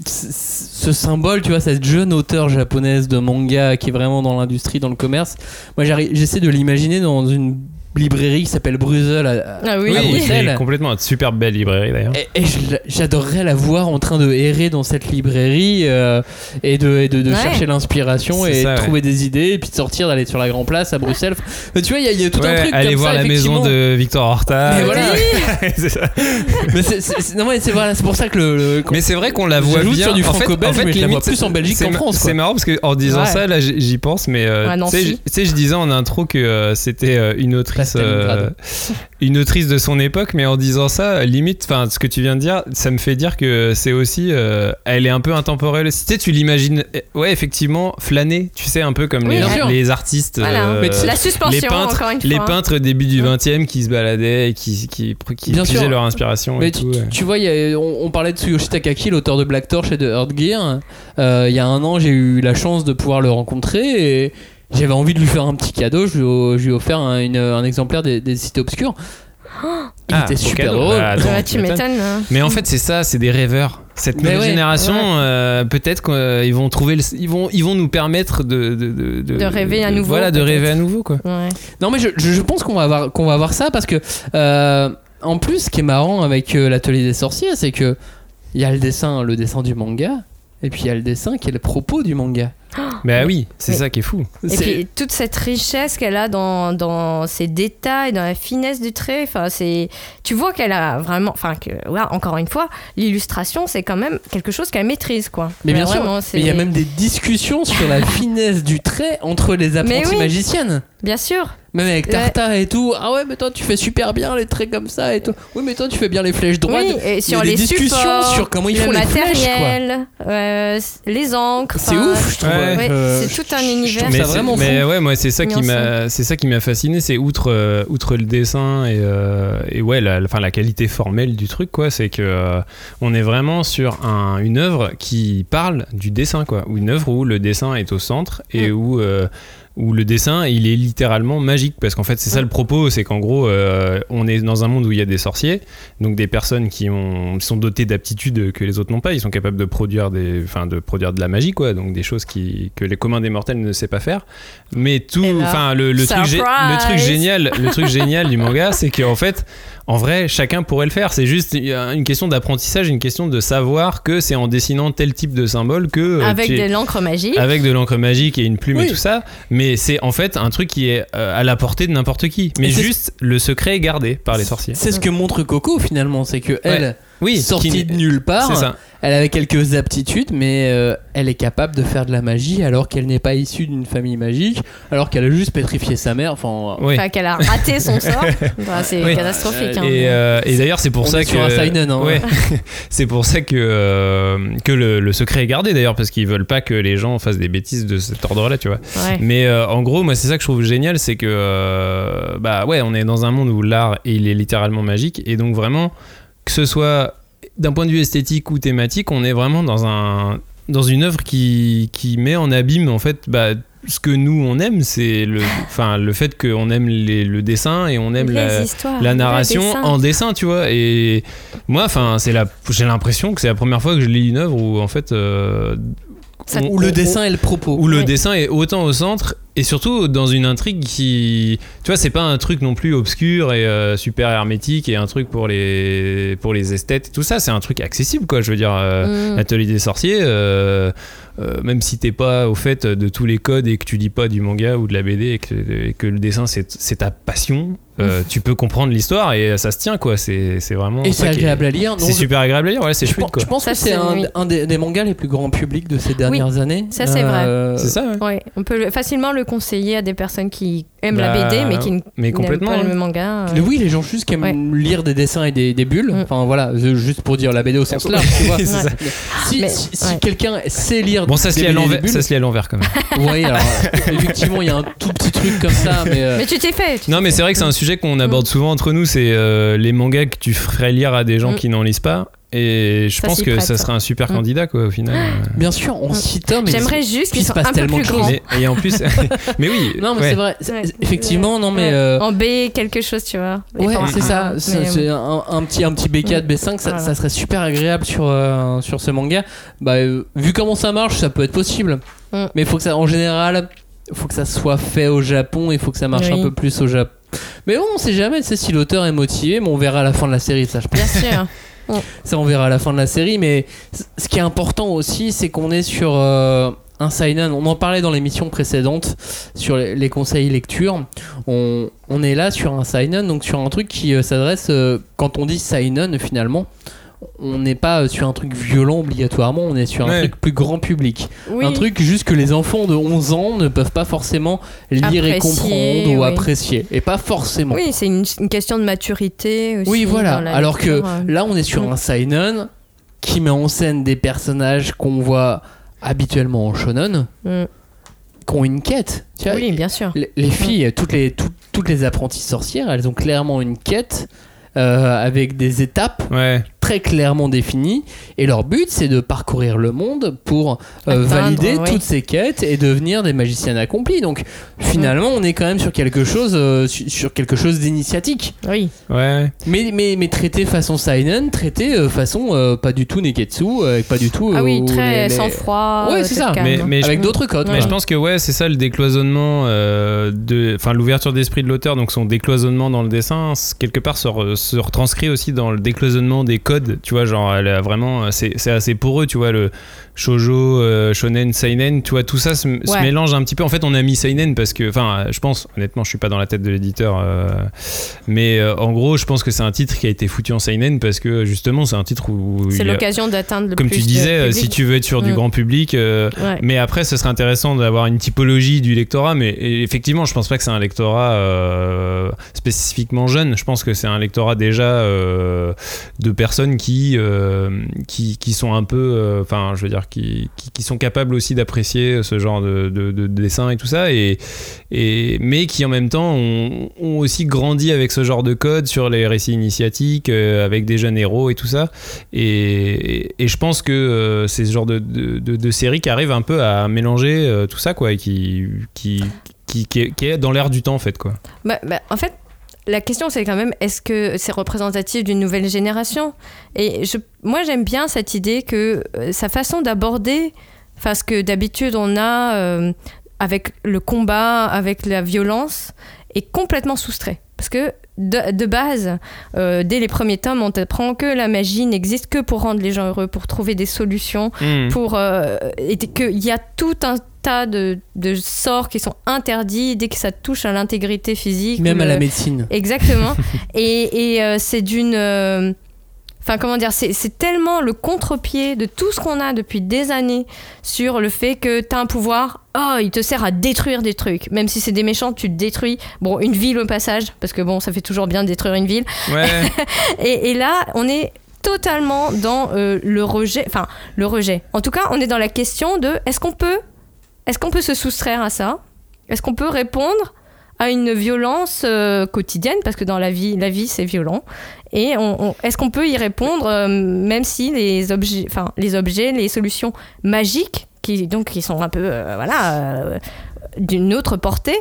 [SPEAKER 1] ce symbole, tu vois, cette jeune auteure japonaise de manga qui est vraiment dans l'industrie, dans le commerce, moi j'essaie de l'imaginer dans une librairie qui s'appelle Brussels à,
[SPEAKER 3] ah oui,
[SPEAKER 1] à
[SPEAKER 2] oui,
[SPEAKER 1] Bruxelles.
[SPEAKER 2] Complètement, une super belle librairie d'ailleurs.
[SPEAKER 1] Et, et je, j'adorerais la voir en train de errer dans cette librairie euh, et de, et de, de ouais. chercher l'inspiration
[SPEAKER 2] c'est
[SPEAKER 1] et
[SPEAKER 2] ça,
[SPEAKER 1] de trouver
[SPEAKER 2] ouais.
[SPEAKER 1] des idées et puis de sortir, d'aller sur la Grand Place à Bruxelles. Mais tu vois, il y, y a tout
[SPEAKER 2] ouais,
[SPEAKER 1] un truc
[SPEAKER 2] aller
[SPEAKER 1] comme
[SPEAKER 2] voir
[SPEAKER 1] ça,
[SPEAKER 2] la maison de Victor Horta.
[SPEAKER 1] Mais voilà.
[SPEAKER 2] c'est ça.
[SPEAKER 1] Mais c'est, c'est, c'est, non, mais c'est, voilà, c'est pour ça que le. le
[SPEAKER 2] mais c'est vrai qu'on la voit bien
[SPEAKER 1] sur du
[SPEAKER 2] en fait,
[SPEAKER 1] franco-belge,
[SPEAKER 2] en fait,
[SPEAKER 1] mais je la vois
[SPEAKER 2] limite,
[SPEAKER 1] plus en Belgique qu'en France.
[SPEAKER 2] C'est
[SPEAKER 1] quoi.
[SPEAKER 2] marrant parce qu'en disant
[SPEAKER 3] ouais.
[SPEAKER 2] ça, là j'y pense, mais euh,
[SPEAKER 3] ah,
[SPEAKER 2] tu sais, je disais en intro que euh, c'était euh, une autrice. Euh, une autrice de son époque, mais en disant ça, limite, enfin, ce que tu viens de dire, ça me fait dire que c'est aussi, euh, elle est un peu intemporelle. Tu sais, tu l'imagines, ouais, effectivement, flâner, tu sais, un peu comme
[SPEAKER 3] oui,
[SPEAKER 2] les, les artistes,
[SPEAKER 3] voilà.
[SPEAKER 2] euh,
[SPEAKER 3] la suspension,
[SPEAKER 2] les peintres,
[SPEAKER 3] encore une fois.
[SPEAKER 2] les peintres début du vingtième qui se baladaient et qui, qui, qui puisaient leur inspiration.
[SPEAKER 1] Mais
[SPEAKER 2] et
[SPEAKER 1] tu,
[SPEAKER 2] tout, ouais.
[SPEAKER 1] tu vois, y a, on, on parlait de Tsuyoshi Takaki, l'auteur de Black Torch et de Earth Gear. Euh, il y a un an, j'ai eu la chance de pouvoir le rencontrer et j'avais envie de lui faire un petit cadeau. Je lui ai, je lui ai offert un, une, un exemplaire des, des Cités Obscures. Il
[SPEAKER 2] ah,
[SPEAKER 1] était super
[SPEAKER 2] cadeau.
[SPEAKER 1] heureux.
[SPEAKER 2] Bah, attends,
[SPEAKER 3] ouais, tu m'étonnes. Hein.
[SPEAKER 2] Mais en fait, c'est ça, c'est des rêveurs. Cette nouvelle
[SPEAKER 1] ouais,
[SPEAKER 2] génération,
[SPEAKER 1] ouais.
[SPEAKER 2] Euh, peut-être qu'ils vont trouver, le, ils vont, ils vont nous permettre de de, de,
[SPEAKER 3] de, de rêver
[SPEAKER 2] de,
[SPEAKER 3] à nouveau.
[SPEAKER 2] Voilà, de
[SPEAKER 3] peut-être.
[SPEAKER 2] rêver à nouveau, quoi.
[SPEAKER 3] Ouais.
[SPEAKER 1] Non, mais je, je, je pense qu'on va avoir, qu'on va avoir ça parce que, euh, en plus, ce qui est marrant avec euh, l'atelier des sorciers, c'est que il y a le dessin, le dessin du manga, et puis il y a le dessin qui est le propos du manga.
[SPEAKER 2] Bah oui, c'est
[SPEAKER 3] mais,
[SPEAKER 2] ça qui est fou.
[SPEAKER 3] Et
[SPEAKER 1] c'est...
[SPEAKER 3] puis toute cette richesse qu'elle a dans, dans ses détails, dans la finesse du trait, enfin c'est, tu vois qu'elle a vraiment, enfin que, ouais, encore une fois, l'illustration c'est quand même quelque chose qu'elle maîtrise quoi.
[SPEAKER 1] Mais bien
[SPEAKER 3] vraiment,
[SPEAKER 1] sûr, mais il y a même des discussions sur la finesse du trait entre les apprentis
[SPEAKER 3] oui.
[SPEAKER 1] magiciennes.
[SPEAKER 3] Bien sûr.
[SPEAKER 1] Même avec Tarta ouais. et tout. Ah ouais, mais toi tu fais super bien les traits comme ça et tout. Oui, mais toi tu fais bien les flèches droites.
[SPEAKER 3] Oui, et sur
[SPEAKER 1] il y a
[SPEAKER 3] les
[SPEAKER 1] des discussions
[SPEAKER 3] supports,
[SPEAKER 1] sur comment ils
[SPEAKER 3] le
[SPEAKER 1] font
[SPEAKER 3] matériel,
[SPEAKER 1] les flèches, quoi.
[SPEAKER 3] Euh, les encres.
[SPEAKER 1] C'est ouf, je trouve.
[SPEAKER 3] Ouais,
[SPEAKER 1] ouais.
[SPEAKER 3] Euh, c'est tout un univers.
[SPEAKER 2] Mais,
[SPEAKER 1] ça vraiment
[SPEAKER 2] mais
[SPEAKER 1] fou.
[SPEAKER 2] ouais, moi c'est ça qui m'a, c'est ça qui m'a fasciné, c'est outre, euh, outre le dessin et, euh, et ouais, la, enfin la qualité formelle du truc, quoi, c'est que euh, on est vraiment sur un, une œuvre qui parle du dessin, quoi, ou une œuvre où le dessin est au centre et mm. où euh, où le dessin il est littéralement magique parce qu'en fait c'est ça le propos, c'est qu'en gros euh, on est dans un monde où il y a des sorciers, donc des personnes qui ont, sont dotées d'aptitudes que les autres n'ont pas, ils sont capables de produire des, enfin de produire de la magie, quoi, donc des choses qui, que les communs des mortels ne savent pas faire, mais tout, enfin le, le truc le truc génial le truc génial du manga c'est qu'en fait en vrai chacun pourrait le faire, c'est juste une question d'apprentissage, une question de savoir que c'est en dessinant tel type de symbole que
[SPEAKER 3] avec
[SPEAKER 2] euh,
[SPEAKER 3] de l'encre magique
[SPEAKER 2] avec de l'encre magique et une plume oui. et tout ça, mais c'est en fait un truc qui est euh, à la portée de n'importe qui, mais juste le secret est gardé par les sorciers.
[SPEAKER 1] C'est ce que montre Coco finalement, c'est que elle
[SPEAKER 2] ouais. oui,
[SPEAKER 1] sortie
[SPEAKER 2] qui...
[SPEAKER 1] de nulle part,
[SPEAKER 2] c'est ça.
[SPEAKER 1] Elle avait quelques aptitudes, mais euh, elle est capable de faire de la magie alors qu'elle n'est pas issue d'une famille magique, alors qu'elle a juste pétrifié sa mère. Enfin,
[SPEAKER 2] oui.
[SPEAKER 3] enfin qu'elle a raté son sort. Enfin, c'est oui. catastrophique. Hein.
[SPEAKER 2] Et, euh, et d'ailleurs, c'est pour
[SPEAKER 1] On
[SPEAKER 2] ça
[SPEAKER 1] est
[SPEAKER 2] que.
[SPEAKER 1] Sur un seinen, hein,
[SPEAKER 2] ouais. C'est pour ça que euh, que le, le secret est gardé d'ailleurs, parce qu'ils veulent pas que les gens fassent des bêtises de cet ordre-là, tu vois.
[SPEAKER 3] Ouais.
[SPEAKER 2] Mais euh, en gros, moi, c'est ça que je trouve génial, c'est que euh, bah ouais, on est dans un monde où l'art il est littéralement magique, et donc vraiment que ce soit d'un point de vue esthétique ou thématique, on est vraiment dans un dans une œuvre qui qui met en abîme en fait bah, ce que nous on aime, c'est le enfin le fait qu'on aime les, le dessin et on aime la,
[SPEAKER 3] histoires,
[SPEAKER 2] la narration en dessin, tu vois. Et moi, enfin c'est la j'ai l'impression que c'est la première fois que je lis une œuvre où en fait euh,
[SPEAKER 1] on, où le on, dessin est le propos,
[SPEAKER 2] où
[SPEAKER 3] ouais.
[SPEAKER 2] le dessin est autant au centre. Et surtout dans une intrigue qui, tu vois, c'est pas un truc non plus obscur et euh, super hermétique et un truc pour les pour les esthètes et tout ça, c'est un truc accessible, quoi. Je veux dire, euh, mm. l'atelier des sorciers, euh, euh, même si t'es pas au fait de tous les codes et que tu lis pas du manga ou de la B D et que, et que le dessin c'est, c'est ta passion, euh, tu peux comprendre l'histoire et ça se tient, quoi. C'est, c'est vraiment.
[SPEAKER 1] Et c'est agréable à lire.
[SPEAKER 2] C'est super agréable à lire, ouais, c'est
[SPEAKER 1] je
[SPEAKER 2] fluide, quoi.
[SPEAKER 1] Je pense
[SPEAKER 3] ça,
[SPEAKER 1] que c'est, c'est un, oui. un des, des mangas les plus grands publics de ces dernières
[SPEAKER 3] oui,
[SPEAKER 1] années.
[SPEAKER 3] Ça c'est euh,
[SPEAKER 2] vrai. C'est ça, ouais.
[SPEAKER 3] ouais. On peut le, facilement le conseiller à des personnes qui aiment bah, la B D mais qui mais n'aiment pas hein. le manga.
[SPEAKER 1] Euh... Oui, les gens juste qui aiment ouais. lire des dessins et des, des bulles. Mm. Enfin voilà, juste pour dire la B D au sens large, tu vois.
[SPEAKER 2] c'est ça.
[SPEAKER 1] Si,
[SPEAKER 3] mais,
[SPEAKER 1] si,
[SPEAKER 3] ouais.
[SPEAKER 1] si quelqu'un sait lire
[SPEAKER 2] bon, ça se lit à l'envers, ça se lit à l'envers quand même.
[SPEAKER 1] Oui, alors effectivement, il y a un tout petit truc comme ça, mais. Euh...
[SPEAKER 3] Mais tu t'es fait. Tu
[SPEAKER 2] non,
[SPEAKER 3] t'es
[SPEAKER 2] mais
[SPEAKER 3] fait.
[SPEAKER 2] c'est vrai que c'est un sujet qu'on aborde mm. souvent entre nous, c'est euh, les mangas que tu ferais lire à des gens mm. qui n'en lisent pas. Et je
[SPEAKER 3] Ça
[SPEAKER 2] pense
[SPEAKER 3] s'y
[SPEAKER 2] que
[SPEAKER 3] prête,
[SPEAKER 2] ça
[SPEAKER 3] ça.
[SPEAKER 2] serait un super
[SPEAKER 3] Mm.
[SPEAKER 2] candidat, quoi, au final.
[SPEAKER 1] Bien sûr, on six tomes. et
[SPEAKER 3] J'aimerais
[SPEAKER 1] il-
[SPEAKER 3] juste
[SPEAKER 1] puis
[SPEAKER 3] qu'ils
[SPEAKER 1] il se
[SPEAKER 3] soient
[SPEAKER 1] passe
[SPEAKER 3] un peu
[SPEAKER 1] tellement
[SPEAKER 3] plus
[SPEAKER 1] de choses.
[SPEAKER 3] grands.
[SPEAKER 2] Mais, et en plus, mais oui.
[SPEAKER 1] Non, mais
[SPEAKER 2] ouais.
[SPEAKER 1] c'est vrai. c'est-
[SPEAKER 3] Ouais.
[SPEAKER 1] Effectivement, non, mais.
[SPEAKER 3] Ouais.
[SPEAKER 1] euh,
[SPEAKER 3] En B, quelque chose, tu vois. Les
[SPEAKER 1] Ouais,
[SPEAKER 3] formes.
[SPEAKER 1] c'est ça.
[SPEAKER 3] Mais,
[SPEAKER 1] C'est,
[SPEAKER 3] euh,
[SPEAKER 1] c'est un, un petit, un petit B quatre, B cinq, ça,
[SPEAKER 3] Voilà.
[SPEAKER 1] ça serait super agréable sur, euh, sur ce manga. Bah, euh, vu comment ça marche, ça peut être possible.
[SPEAKER 3] Mm.
[SPEAKER 1] Mais il faut que ça, en général, il faut que ça soit fait au Japon. Il faut que ça marche
[SPEAKER 3] Oui.
[SPEAKER 1] un peu plus au Japon. Mais bon, on sait jamais. Tu sais, si l'auteur est motivé, mais on verra à la fin de la série. Ça, je pense.
[SPEAKER 3] Bien sûr.
[SPEAKER 1] Ça, on verra à la fin de la série. Mais c- ce qui est important aussi, c'est qu'on est sur euh, un seinen. On en parlait dans l'émission précédente sur les, les conseils lecture. On, on est là sur un seinen, donc sur un truc qui euh, s'adresse. euh, quand on dit seinen, finalement, on n'est pas euh, sur un truc violent obligatoirement. On est sur un
[SPEAKER 2] Ouais.
[SPEAKER 1] truc plus grand public.
[SPEAKER 3] Oui.
[SPEAKER 1] Un truc juste que les enfants de onze ans ne peuvent pas forcément lire et
[SPEAKER 3] Apprécier,
[SPEAKER 1] comprendre ou
[SPEAKER 3] oui.
[SPEAKER 1] apprécier. Et pas forcément.
[SPEAKER 3] Oui, c'est une, une question de maturité aussi.
[SPEAKER 1] Oui, voilà.
[SPEAKER 3] dans la
[SPEAKER 1] Alors que
[SPEAKER 3] lecture, euh.
[SPEAKER 1] là, on est sur
[SPEAKER 3] Mm.
[SPEAKER 1] un seinen qui met en scène des personnages qu'on voit habituellement en shonen,
[SPEAKER 3] Mm.
[SPEAKER 1] qui ont une quête. Tu vois,
[SPEAKER 3] Oui, bien sûr.
[SPEAKER 1] les, les filles, toutes les, tout- toutes les apprenties sorcières, elles ont clairement une quête euh, avec des étapes
[SPEAKER 2] Ouais.
[SPEAKER 1] très clairement définies. Et leur but, c'est de parcourir le monde pour euh,
[SPEAKER 3] Atteindre,
[SPEAKER 1] valider
[SPEAKER 3] oui.
[SPEAKER 1] toutes ces quêtes et devenir des magiciennes accomplies. Donc, finalement, on est quand même sur quelque chose, euh, su- sur quelque chose d'initiatique.
[SPEAKER 3] Oui.
[SPEAKER 2] Ouais.
[SPEAKER 1] Mais, mais, mais traité façon seinen, traité euh, façon euh, pas du tout neketsu, euh, et pas du tout.
[SPEAKER 3] Ah oui,
[SPEAKER 1] euh,
[SPEAKER 3] très
[SPEAKER 1] les- les-
[SPEAKER 3] sang-froid.
[SPEAKER 1] Ouais,
[SPEAKER 3] euh,
[SPEAKER 1] c'est
[SPEAKER 3] tête
[SPEAKER 1] ça.
[SPEAKER 3] calme.
[SPEAKER 2] Mais- mais je-
[SPEAKER 1] avec d'autres codes.
[SPEAKER 2] Mais
[SPEAKER 1] quoi.
[SPEAKER 2] je pense que ouais, c'est ça le décloisonnement euh, de, enfin l'ouverture d'esprit de l'auteur, donc son décloisonnement dans le dessin, c- quelque part se, re- se retranscrit aussi dans le décloisonnement des codes. Tu vois, genre elle a vraiment, c'est, c'est assez poreux, tu vois, le shoujo, euh, shonen, seinen, tu vois, tout ça se, se
[SPEAKER 3] Ouais.
[SPEAKER 2] mélange un petit peu. En fait, on a mis seinen parce que, enfin, je pense, honnêtement, je suis pas dans la tête de l'éditeur, euh, mais euh, en gros, je pense que c'est un titre qui a été foutu en seinen parce que justement, c'est un titre où
[SPEAKER 3] C'est
[SPEAKER 2] il y a-
[SPEAKER 3] l'occasion d'atteindre le
[SPEAKER 2] comme
[SPEAKER 3] plus
[SPEAKER 2] tu
[SPEAKER 3] de
[SPEAKER 2] disais, euh,
[SPEAKER 3] public.
[SPEAKER 2] si tu veux être sur du
[SPEAKER 3] Mm.
[SPEAKER 2] grand public, euh,
[SPEAKER 3] Ouais.
[SPEAKER 2] mais après, ce serait intéressant d'avoir une typologie du lectorat. Mais et effectivement, je pense pas que c'est un lectorat euh, spécifiquement jeune. Je pense que c'est un lectorat déjà euh, de personnes qui, euh, qui, qui sont un peu, enfin, je veux dire, qui, qui, qui sont capables aussi d'apprécier ce genre de, de, de dessin et tout ça, et, et mais qui en même temps ont, ont aussi grandi avec ce genre de code sur les récits initiatiques, euh, avec des jeunes héros et tout ça. Et, et je pense que euh, c'est ce genre de, de, de, de série qui arrive un peu à mélanger euh, tout ça, quoi, et qui, qui, qui, qui, est, qui est dans l'air du temps, en fait, quoi.
[SPEAKER 3] Bah, bah, en fait, la question c'est quand même, est-ce que c'est représentatif d'une nouvelle génération ? Et je, moi j'aime bien cette idée que euh, sa façon d'aborder, enfin ce que d'habitude on a euh, avec le combat, avec la violence, est complètement soustrait. Parce que de, de base, euh, dès les premiers tomes, on t'apprend que la magie n'existe que pour rendre les gens heureux, pour trouver des solutions,
[SPEAKER 2] Mmh.
[SPEAKER 3] pour euh, et qu'il y a tout un tas de, de sorts qui sont interdits dès que ça touche à l'intégrité physique.
[SPEAKER 1] Même
[SPEAKER 3] ou
[SPEAKER 1] à la
[SPEAKER 3] le-
[SPEAKER 1] médecine.
[SPEAKER 3] Exactement. et et euh, c'est d'une... euh, Enfin, comment dire, c'est, c'est tellement le contre-pied de tout ce qu'on a depuis des années sur le fait que t'as un pouvoir, oh, il te sert à détruire des trucs. Même si c'est des méchants, tu te détruis. Bon, une ville au passage, parce que bon, ça fait toujours bien de détruire une ville.
[SPEAKER 2] Ouais.
[SPEAKER 3] Et, et là, on est totalement dans euh, le rejet. Enfin, le rejet. En tout cas, on est dans la question de est-ce qu'on peut, est-ce qu'on peut se soustraire à ça ? Est-ce qu'on peut répondre à une violence euh, quotidienne, parce que dans la vie, la vie c'est violent. Et on, on- est-ce qu'on peut y répondre, euh, même si les objets, enfin les objets, les solutions magiques, qui donc qui sont un peu, euh, voilà, euh, d'une autre portée,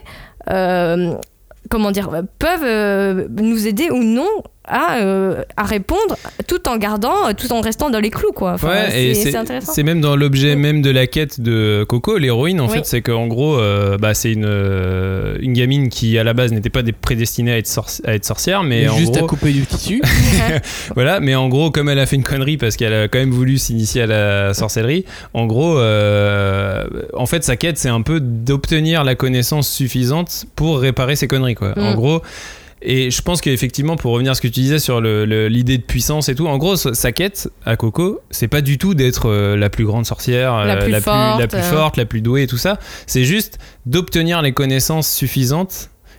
[SPEAKER 3] euh, comment dire, peuvent euh, nous aider ou non à, euh, à répondre, tout en gardant, tout en restant dans les clous, quoi. Enfin,
[SPEAKER 2] Ouais,
[SPEAKER 3] c'est,
[SPEAKER 2] et
[SPEAKER 3] c'est
[SPEAKER 2] c'est,
[SPEAKER 3] intéressant.
[SPEAKER 2] c'est même dans l'objet même de la quête de Coco, l'héroïne, en
[SPEAKER 3] Oui.
[SPEAKER 2] fait, c'est qu'en gros, euh, bah, c'est une, euh, une gamine qui, à la base, n'était pas dé- prédestinée à être, sorci- à être sorcière, mais en
[SPEAKER 1] Juste
[SPEAKER 2] gros,
[SPEAKER 1] à couper du tissu.
[SPEAKER 2] voilà, mais en gros, comme elle a fait une connerie parce qu'elle a quand même voulu s'initier à la sorcellerie, en gros, euh, en fait, sa quête, c'est un peu d'obtenir la connaissance suffisante pour réparer ses conneries, quoi.
[SPEAKER 3] Mm.
[SPEAKER 2] En gros. Et je pense qu'effectivement, pour revenir à ce que tu disais sur le, le- l'idée de puissance et tout, en gros, sa quête à Coco, c'est pas du tout d'être euh, la plus grande sorcière,
[SPEAKER 3] La
[SPEAKER 2] euh,
[SPEAKER 3] plus
[SPEAKER 2] la,
[SPEAKER 3] forte,
[SPEAKER 2] plus, la plus
[SPEAKER 3] euh.
[SPEAKER 2] forte, la plus douée et tout ça. C'est juste d'obtenir les connaissances suffisantes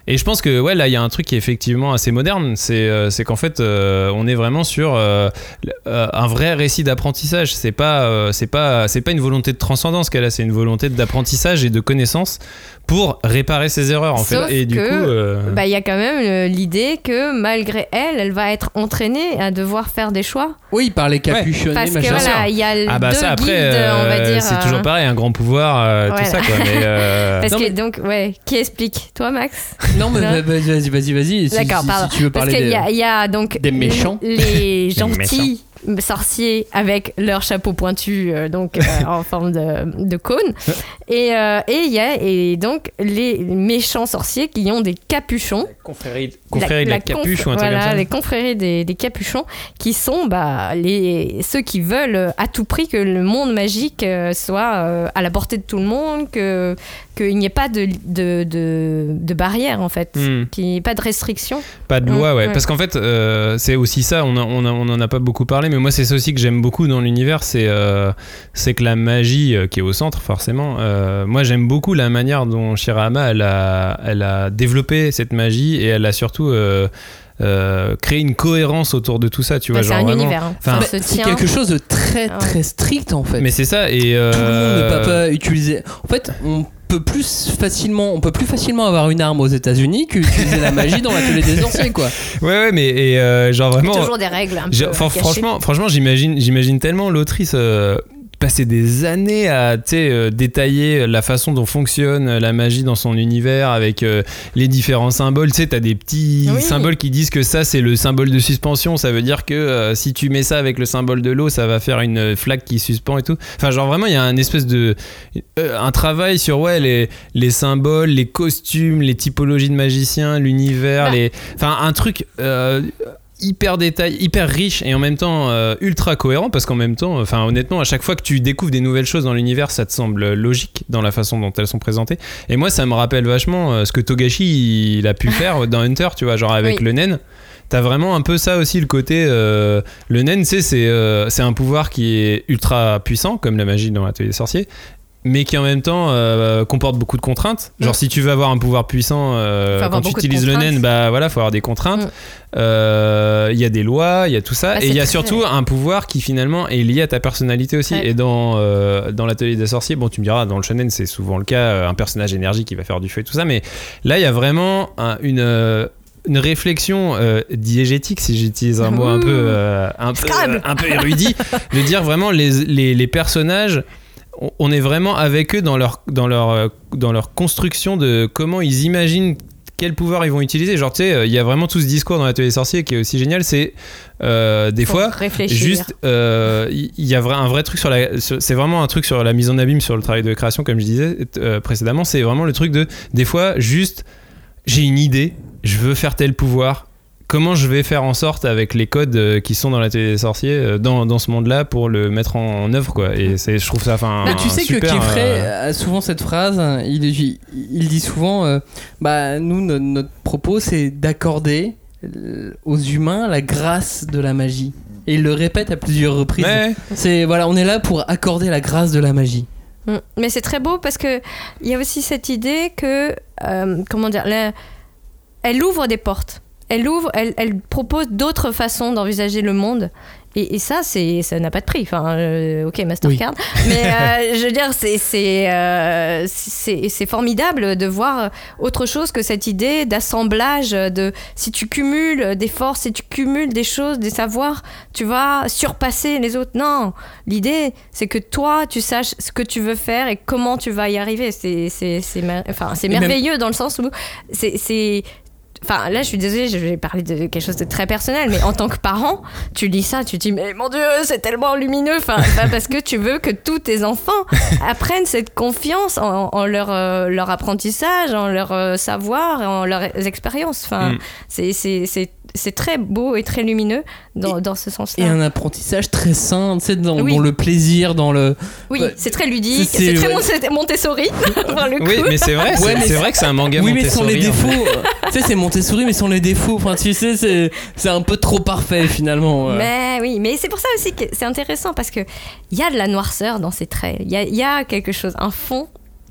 [SPEAKER 2] Et je pense que ouais, là il y a un truc qui est effectivement assez moderne, c'est, euh, c'est qu'en fait euh, on est vraiment sur euh, euh, un vrai récit d'apprentissage. C'est pas, euh, c'est pas, c'est pas une volonté de transcendance qu'elle a, c'est une volonté d'apprentissage et de connaissance pour réparer ses erreurs en
[SPEAKER 3] Sauf
[SPEAKER 2] fait. Et du
[SPEAKER 3] que,
[SPEAKER 2] coup, euh...
[SPEAKER 3] bah il y a quand même euh, l'idée que malgré elle, elle va être entraînée à devoir faire des choix.
[SPEAKER 1] Oui, par les capuchonnés,
[SPEAKER 3] Parce que
[SPEAKER 1] machin.
[SPEAKER 3] voilà, il y a
[SPEAKER 2] ah bah
[SPEAKER 3] deux
[SPEAKER 2] ça après,
[SPEAKER 3] guides,
[SPEAKER 2] euh,
[SPEAKER 3] on va dire.
[SPEAKER 2] c'est
[SPEAKER 3] euh,
[SPEAKER 2] toujours pareil, un grand pouvoir, euh,
[SPEAKER 3] voilà.
[SPEAKER 2] tout ça quoi. Mais, euh...
[SPEAKER 3] Parce
[SPEAKER 1] Non,
[SPEAKER 3] que
[SPEAKER 1] mais...
[SPEAKER 3] donc ouais, qui explique? Toi, Max?
[SPEAKER 1] Non mais
[SPEAKER 3] Non.
[SPEAKER 1] vas-y, vas-y, vas-y. Si,
[SPEAKER 3] D'accord,
[SPEAKER 1] si,
[SPEAKER 3] pardon.
[SPEAKER 1] si tu veux
[SPEAKER 3] Parce
[SPEAKER 1] parler
[SPEAKER 3] qu'il
[SPEAKER 1] des...
[SPEAKER 3] y a, il y a donc
[SPEAKER 1] des méchants.
[SPEAKER 3] les gentils sorciers avec leur chapeau pointu euh, donc euh, en forme de, de cône et euh, et il y a et donc les méchants sorciers qui ont des capuchons,
[SPEAKER 2] confrérie, confrérie de la, la capuche
[SPEAKER 3] conf...
[SPEAKER 2] ou un truc
[SPEAKER 3] voilà,
[SPEAKER 2] comme ça.
[SPEAKER 3] les confréries des, des capuchons qui sont bah les ceux qui veulent à tout prix que le monde magique euh, soit euh, à la portée de tout le monde, que qu'il n'y ait pas de de de, de barrière en fait,
[SPEAKER 2] mm.
[SPEAKER 3] qu'il n'y ait pas de restriction,
[SPEAKER 2] pas de loi,
[SPEAKER 3] mmh,
[SPEAKER 2] ouais.
[SPEAKER 3] ouais.
[SPEAKER 2] Parce qu'en fait, euh, c'est aussi ça. On a, on a, on en a pas beaucoup parlé, mais moi c'est ça aussi que j'aime beaucoup dans l'univers, c'est euh, c'est que la magie euh, qui est au centre forcément. Euh, moi j'aime beaucoup la manière dont Shirahama elle a elle a développé cette magie et elle a surtout euh, Euh, créer une cohérence autour de tout ça, tu
[SPEAKER 3] bah,
[SPEAKER 2] vois,
[SPEAKER 3] c'est
[SPEAKER 2] genre
[SPEAKER 3] un
[SPEAKER 2] vraiment,
[SPEAKER 3] univers hein.
[SPEAKER 1] Enfin, bah, c'est tient. quelque chose de très très strict en fait.
[SPEAKER 2] Mais c'est ça et euh...
[SPEAKER 1] tout le monde ne peut pas utiliser. En fait, on peut plus facilement, on peut plus facilement avoir une arme aux États-Unis qu'utiliser la magie dans l'atelier des sorciers, quoi.
[SPEAKER 2] Ouais, ouais, mais et euh, genre vraiment.
[SPEAKER 3] Il y a toujours des règles un peu
[SPEAKER 2] fr- franchement, franchement, j'imagine, j'imagine tellement l'autrice. Euh, passer des années à euh, détailler la façon dont fonctionne la magie dans son univers avec euh, les différents symboles. Tu sais, t'as des petits oui. symboles qui disent que ça c'est le symbole de suspension, ça veut dire que euh, si tu mets ça avec le symbole de l'eau, ça va faire une flaque qui suspend et tout. Enfin, genre vraiment, il y a un espèce de euh, un travail sur ouais les les symboles, les costumes, les typologies de magiciens, l'univers, bah. les enfin un truc. Euh, hyper détaillé, hyper riche et en même temps euh, ultra cohérent parce qu'en même temps, enfin honnêtement, à chaque fois que tu découvres des nouvelles choses dans l'univers, ça te semble logique dans la façon dont elles sont présentées. Et moi, ça me rappelle vachement euh, ce que Togashi il a pu faire dans Hunter, tu vois, genre avec oui. le naine. T'as vraiment un peu ça aussi, le côté euh, le naine, tu sais, c'est euh, c'est un pouvoir qui est ultra puissant comme la magie dans l'atelier des sorciers, mais qui en même temps euh, comporte beaucoup de contraintes. Genre mmh. si tu veux avoir un pouvoir puissant, euh, quand tu utilises le naine, bah voilà, faut avoir des contraintes. Il mmh. euh, y a des lois, il y a tout ça, bah, et il y a surtout vrai. un pouvoir qui finalement est lié à ta personnalité aussi. Ouais. Et dans euh, dans l'atelier des sorciers, bon, tu me diras, dans le shonen c'est souvent le cas, un personnage énergique qui va faire du feu et tout ça, mais là il y a vraiment un, une euh, une réflexion euh, diégétique, si j'utilise un mot un peu euh, un peu, euh, un peu érudit, de dire vraiment les les, les personnages. On est vraiment avec eux dans leur, dans, leur, dans leur construction de comment ils imaginent quel pouvoir ils vont utiliser. Genre, tu sais, il y a vraiment tout ce discours dans l'atelier des sorciers qui est aussi génial. C'est euh, des Faut fois, réfléchir. juste, il euh, y a un vrai truc sur la. Sur, c'est vraiment un truc sur la mise en abîme, sur le travail de création, comme je disais euh, précédemment. C'est vraiment le truc de, des fois, juste, j'ai une idée, je veux faire tel pouvoir. Comment je vais faire en sorte avec les codes qui sont dans l'atelier des sorciers dans, dans ce monde-là pour le mettre en, en œuvre, quoi. Et c'est, je trouve ça enfin
[SPEAKER 1] bah, tu sais
[SPEAKER 2] super,
[SPEAKER 1] que Keffray
[SPEAKER 2] euh...
[SPEAKER 1] a souvent cette phrase, il, il, il dit souvent euh, bah nous notre, notre propos c'est d'accorder aux humains la grâce de la magie. Et il le répète à plusieurs reprises. Ouais. C'est voilà, on est là pour accorder la grâce de la magie.
[SPEAKER 3] Mais c'est très beau parce que il y a aussi cette idée que euh, comment dire, la, elle ouvre des portes. Elle ouvre, elle, elle propose d'autres façons d'envisager le monde. Et, et ça, c'est, ça n'a pas de prix. Enfin, euh, ok, Mastercard. Oui. Mais euh, je veux dire, c'est, c'est, euh, c'est, c'est formidable de voir autre chose que cette idée d'assemblage. De, si tu cumules des forces, si tu cumules des choses, des savoirs, tu vas surpasser les autres. Non, l'idée, c'est que toi, tu saches ce que tu veux faire et comment tu vas y arriver. C'est, c'est, c'est, mer- enfin, c'est merveilleux même... dans le sens où c'est... c'est Enfin, là, je suis désolée, je vais parler de quelque chose de très personnel, mais en tant que parent, tu lis ça, tu te dis, mais mon Dieu, c'est tellement lumineux. Enfin, parce que tu veux que tous tes enfants apprennent cette confiance en, en leur, euh, leur apprentissage, en leur euh, savoir, en leurs expériences. Enfin, mm. c'est, c'est, c'est, c'est très beau et très lumineux dans, dans ce sens-là.
[SPEAKER 1] Et un apprentissage très sain, tu sais, dans,
[SPEAKER 3] oui.
[SPEAKER 1] dans le plaisir, dans le...
[SPEAKER 3] Oui, ouais. c'est très ludique, c'est,
[SPEAKER 1] c'est,
[SPEAKER 3] c'est très
[SPEAKER 1] ouais.
[SPEAKER 3] Montessori. Enfin, le coup.
[SPEAKER 2] Oui, mais c'est vrai, c'est, ouais, mais c'est vrai que c'est un manga
[SPEAKER 1] oui,
[SPEAKER 2] Montessori.
[SPEAKER 1] Oui, mais sans les défauts. Tu sais, c'est Montessori, mais sans les défauts. Enfin, tu sais, c'est, c'est un peu trop parfait, finalement. Ouais.
[SPEAKER 3] Mais oui, mais c'est pour ça aussi que c'est intéressant, parce qu'il y a de la noirceur dans ces traits. Il y a, y a quelque chose, un fond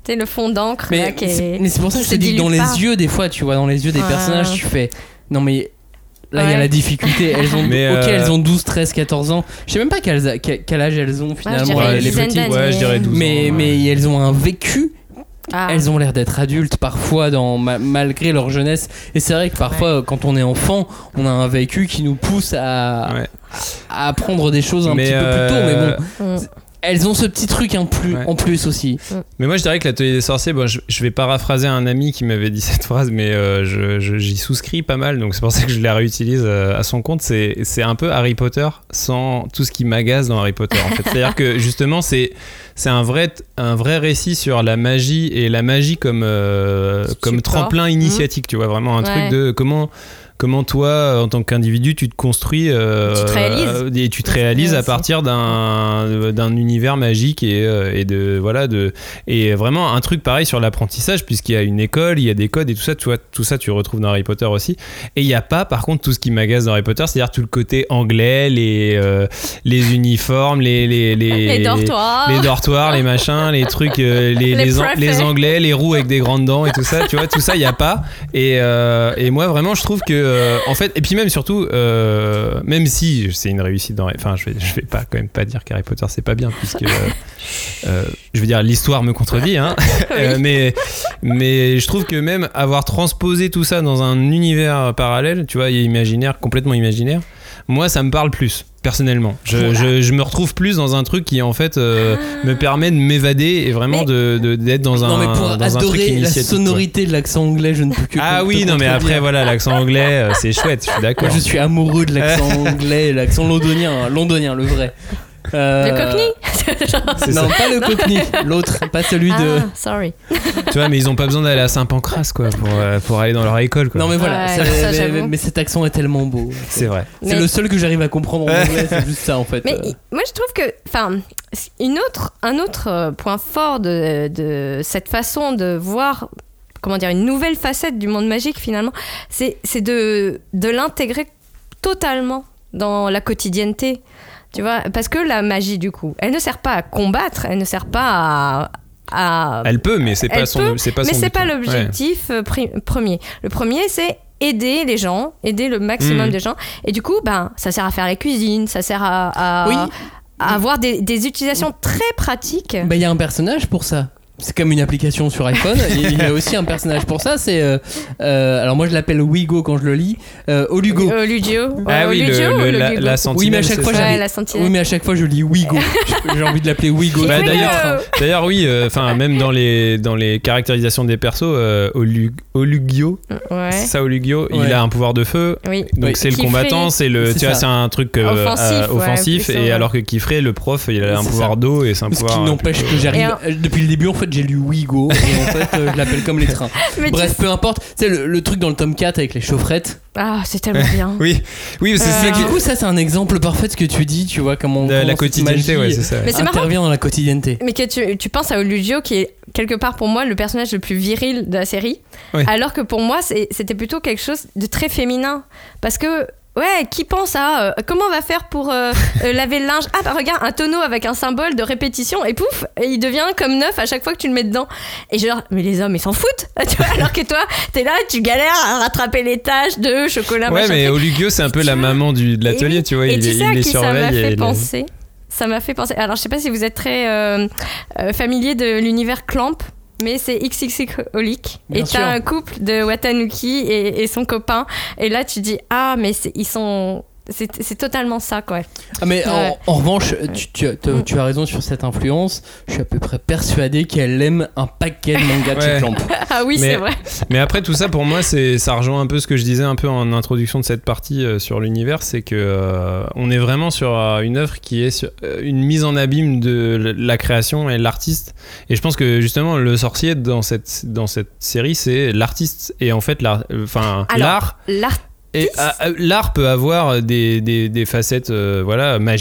[SPEAKER 3] Tu sais, le fond d'encre.
[SPEAKER 1] Mais,
[SPEAKER 3] là, qui
[SPEAKER 1] c'est,
[SPEAKER 3] est,
[SPEAKER 1] mais c'est pour ça que je te dis que dans les pas. yeux, des fois, tu vois, dans les yeux des ouais. personnages, tu fais. Non, mais. Là, il ouais. y a la difficulté. Elles ont, mais ok, euh... elles ont douze, treize, quatorze ans. Je sais même pas quel, quel, quel âge elles ont finalement.
[SPEAKER 3] Ouais,
[SPEAKER 1] les
[SPEAKER 3] petites.
[SPEAKER 2] Ouais, je dirais douze
[SPEAKER 1] mais,
[SPEAKER 2] ans.
[SPEAKER 1] Mais
[SPEAKER 2] ouais.
[SPEAKER 1] elles ont un vécu.
[SPEAKER 3] Ah.
[SPEAKER 1] Elles ont l'air d'être adultes parfois, dans, ma, malgré leur jeunesse. Et c'est vrai que parfois, ouais. quand on est enfant, on a un vécu qui nous pousse à, ouais. à apprendre des choses un mais petit euh... peu plus tôt. Mais bon. Mm. Elles ont ce petit truc en plus, ouais. en plus aussi.
[SPEAKER 2] Mais moi je dirais que l'atelier des sorciers, bon, je, je vais paraphraser un ami qui m'avait dit cette phrase, mais euh, je, je, j'y souscris pas mal, donc c'est pour ça que je la réutilise euh, à son compte. C'est, c'est un peu Harry Potter sans tout ce qui m'agace dans Harry Potter. En fait. C'est-à-dire que justement c'est, c'est un, vrai, un vrai récit sur la magie et la magie comme, euh, comme tremplin initiatique, mmh. tu vois, vraiment un ouais. truc de comment... Comment toi, en tant qu'individu, tu te construis euh,
[SPEAKER 3] tu te réalises.
[SPEAKER 2] et tu te réalises à partir d'un, d'un univers magique et, et de voilà de et vraiment un truc pareil sur l'apprentissage puisqu'il y a une école, il y a des codes et tout ça. Tu vois, tout ça tu retrouves dans Harry Potter aussi. Et il y a pas, par contre, tout ce qui m'agace dans Harry Potter, c'est-à-dire tout le côté anglais, les euh, les uniformes, les les les,
[SPEAKER 3] les dortoirs,
[SPEAKER 2] les, les dortoirs, les machins, les trucs, euh, les les, les, an, les anglais, les roues avec des grandes dents et tout ça. Tu vois, tout ça il y a pas. Et euh, et moi vraiment, je trouve que Euh, en fait, et puis même surtout, euh, même si c'est une réussite dans, enfin, je vais, je vais pas quand même pas dire qu'Harry Potter c'est pas bien, puisque euh, euh, je veux dire l'histoire me contredit, hein. Oui. euh, mais mais je trouve que même avoir transposé tout ça dans un univers parallèle, tu vois, imaginaire, complètement imaginaire, moi ça me parle plus. Personnellement, je, voilà. je, je me retrouve plus dans un truc qui en fait euh, ah. me permet de m'évader et vraiment mais, de, de, d'être dans un,
[SPEAKER 1] non mais pour
[SPEAKER 2] dans
[SPEAKER 1] adorer
[SPEAKER 2] un truc
[SPEAKER 1] la sonorité quoi. De l'accent anglais, je ne peux que
[SPEAKER 2] ah oui non mais après voilà l'accent anglais euh, c'est chouette, je suis d'accord.
[SPEAKER 1] Moi, je suis amoureux de l'accent anglais, l'accent londonien, londonien le vrai.
[SPEAKER 3] Euh... Le cockney.
[SPEAKER 1] Non, pas le cockney, l'autre, pas celui
[SPEAKER 3] ah,
[SPEAKER 1] de.
[SPEAKER 3] Sorry.
[SPEAKER 2] Tu vois, mais ils ont pas besoin d'aller à Saint-Pancras quoi pour euh, pour aller dans leur école quoi.
[SPEAKER 1] Non mais voilà,
[SPEAKER 3] ouais,
[SPEAKER 1] ça,
[SPEAKER 3] ça,
[SPEAKER 1] mais, mais cet accent est tellement beau.
[SPEAKER 2] C'est vrai.
[SPEAKER 1] C'est mais... le seul que j'arrive à comprendre en anglais, c'est juste ça en fait.
[SPEAKER 3] Mais euh... moi je trouve que, enfin, une autre, un autre point fort de de cette façon de voir. Comment dire, une nouvelle facette du monde magique finalement, c'est c'est de de l'intégrer totalement dans la quotidienneté. Tu vois, parce que la magie, du coup, elle ne sert pas à combattre, elle ne sert pas à... à...
[SPEAKER 2] Elle peut, mais c'est pas son,
[SPEAKER 3] peut,
[SPEAKER 2] c'est pas
[SPEAKER 3] mais
[SPEAKER 2] son
[SPEAKER 3] c'est
[SPEAKER 2] but.
[SPEAKER 3] pas l'objectif ouais. pri- premier. Le premier, c'est aider les gens, aider le maximum mmh. de gens. Et du coup, ben, ça sert à faire la cuisine, ça sert à, à,
[SPEAKER 1] oui.
[SPEAKER 3] à avoir des, des utilisations très pratiques.
[SPEAKER 1] Ben, il y a un personnage pour ça. C'est comme une application sur iPhone. Il y a aussi un personnage pour ça. C'est euh, euh, alors moi je l'appelle Wigo quand je le lis. Euh, Olugo.
[SPEAKER 3] Olugio.
[SPEAKER 2] Ah oui,
[SPEAKER 3] Olugio,
[SPEAKER 2] le, le,
[SPEAKER 3] le,
[SPEAKER 2] la,
[SPEAKER 3] le
[SPEAKER 2] la sentinelle.
[SPEAKER 1] Oui, mais à chaque fois,
[SPEAKER 3] ouais, la sentinelle.
[SPEAKER 1] Oui, mais à chaque fois je lis Wigo. J'ai envie de l'appeler Wigo.
[SPEAKER 2] Bah, d'ailleurs, d'ailleurs, oui. Enfin, euh, même dans les dans les caractérisations des persos, euh, Olug, Olugio.
[SPEAKER 3] Ouais.
[SPEAKER 2] C'est ça, Olugio.
[SPEAKER 1] Ouais.
[SPEAKER 2] Il a un pouvoir de feu.
[SPEAKER 3] Oui.
[SPEAKER 2] Donc
[SPEAKER 3] oui.
[SPEAKER 2] c'est le
[SPEAKER 3] Kifré.
[SPEAKER 2] combattant, c'est le.
[SPEAKER 1] C'est
[SPEAKER 2] tu
[SPEAKER 1] ça.
[SPEAKER 2] vois, c'est un truc euh,
[SPEAKER 3] offensif.
[SPEAKER 2] Euh, offensif
[SPEAKER 3] ouais,
[SPEAKER 2] et
[SPEAKER 3] ça,
[SPEAKER 2] alors que Kifré, le prof, il a un
[SPEAKER 1] c'est
[SPEAKER 2] pouvoir
[SPEAKER 1] ça.
[SPEAKER 2] d'eau et c'est un
[SPEAKER 1] Ce
[SPEAKER 2] pouvoir.
[SPEAKER 1] qui n'empêche que j'arrive.
[SPEAKER 3] un...
[SPEAKER 1] Depuis le début, en fait, j'ai lu Wigo. Et en fait, euh, je l'appelle comme les trains. Mais Bref, tu... peu importe. Tu sais, le, le truc dans le tome quatre avec les chaufferettes.
[SPEAKER 3] Ah, c'est tellement bien.
[SPEAKER 2] oui, oui, c'est
[SPEAKER 3] euh...
[SPEAKER 2] ça.
[SPEAKER 1] Du coup, ça, c'est un exemple parfait de ce que tu dis. Tu vois, comment,
[SPEAKER 2] de,
[SPEAKER 1] comment
[SPEAKER 2] la quotidienneté, ouais, c'est ça.
[SPEAKER 3] Mais c'est
[SPEAKER 1] intervient
[SPEAKER 3] marrant.
[SPEAKER 1] dans la quotidienneté.
[SPEAKER 3] Mais que tu, tu penses à Olugio, qui est quelque part pour moi le personnage le plus viril de la série, oui. alors que pour moi, c'est, c'était plutôt quelque chose de très féminin. Parce que. Ouais, qui pense à euh, comment on va faire pour euh, euh, laver le linge. Ah bah regarde, un tonneau avec un symbole de répétition et pouf, et il devient comme neuf à chaque fois que tu le mets dedans. Et genre, mais les hommes ils s'en foutent, tu vois, alors que toi t'es là, tu galères à rattraper les taches de chocolat.
[SPEAKER 2] Ouais, mais Olugio c'est un peu la maman du, de l'atelier,
[SPEAKER 3] et,
[SPEAKER 2] tu vois,
[SPEAKER 3] et
[SPEAKER 2] il,
[SPEAKER 3] tu sais
[SPEAKER 2] il les
[SPEAKER 3] qui
[SPEAKER 2] surveille.
[SPEAKER 3] Ça m'a fait
[SPEAKER 2] et
[SPEAKER 3] penser.
[SPEAKER 2] Les...
[SPEAKER 3] Ça m'a fait penser. Alors je sais pas si vous êtes très euh, euh, familier de l'univers Clamp. Mais c'est X X X Holic. Et t'as un couple de Watanuki et, et son copain. Et là, tu dis, ah, mais c'est, ils sont. C'est, c'est totalement ça, quoi.
[SPEAKER 1] Ah, mais
[SPEAKER 3] ouais.
[SPEAKER 1] en, en revanche, tu, tu, tu, tu as raison sur cette influence. Je suis à peu près persuadé qu'elle aime un paquet de mangas de
[SPEAKER 2] ouais.
[SPEAKER 1] chez Clamp.
[SPEAKER 3] Ah oui,
[SPEAKER 2] mais,
[SPEAKER 3] c'est vrai.
[SPEAKER 2] Mais après, tout ça, pour moi, c'est, ça rejoint un peu ce que je disais un peu en introduction de cette partie euh, sur l'univers. C'est que euh, on est vraiment sur euh, une œuvre qui est sur, euh, une mise en abîme de la création et l'artiste. Et je pense que justement, le sorcier dans cette, dans cette série, c'est l'artiste. Et en fait, l'art, enfin,
[SPEAKER 3] Alors,
[SPEAKER 2] l'art.
[SPEAKER 3] l'art
[SPEAKER 2] Et euh, l'art peut avoir des, des, des facettes euh, voilà, magiques,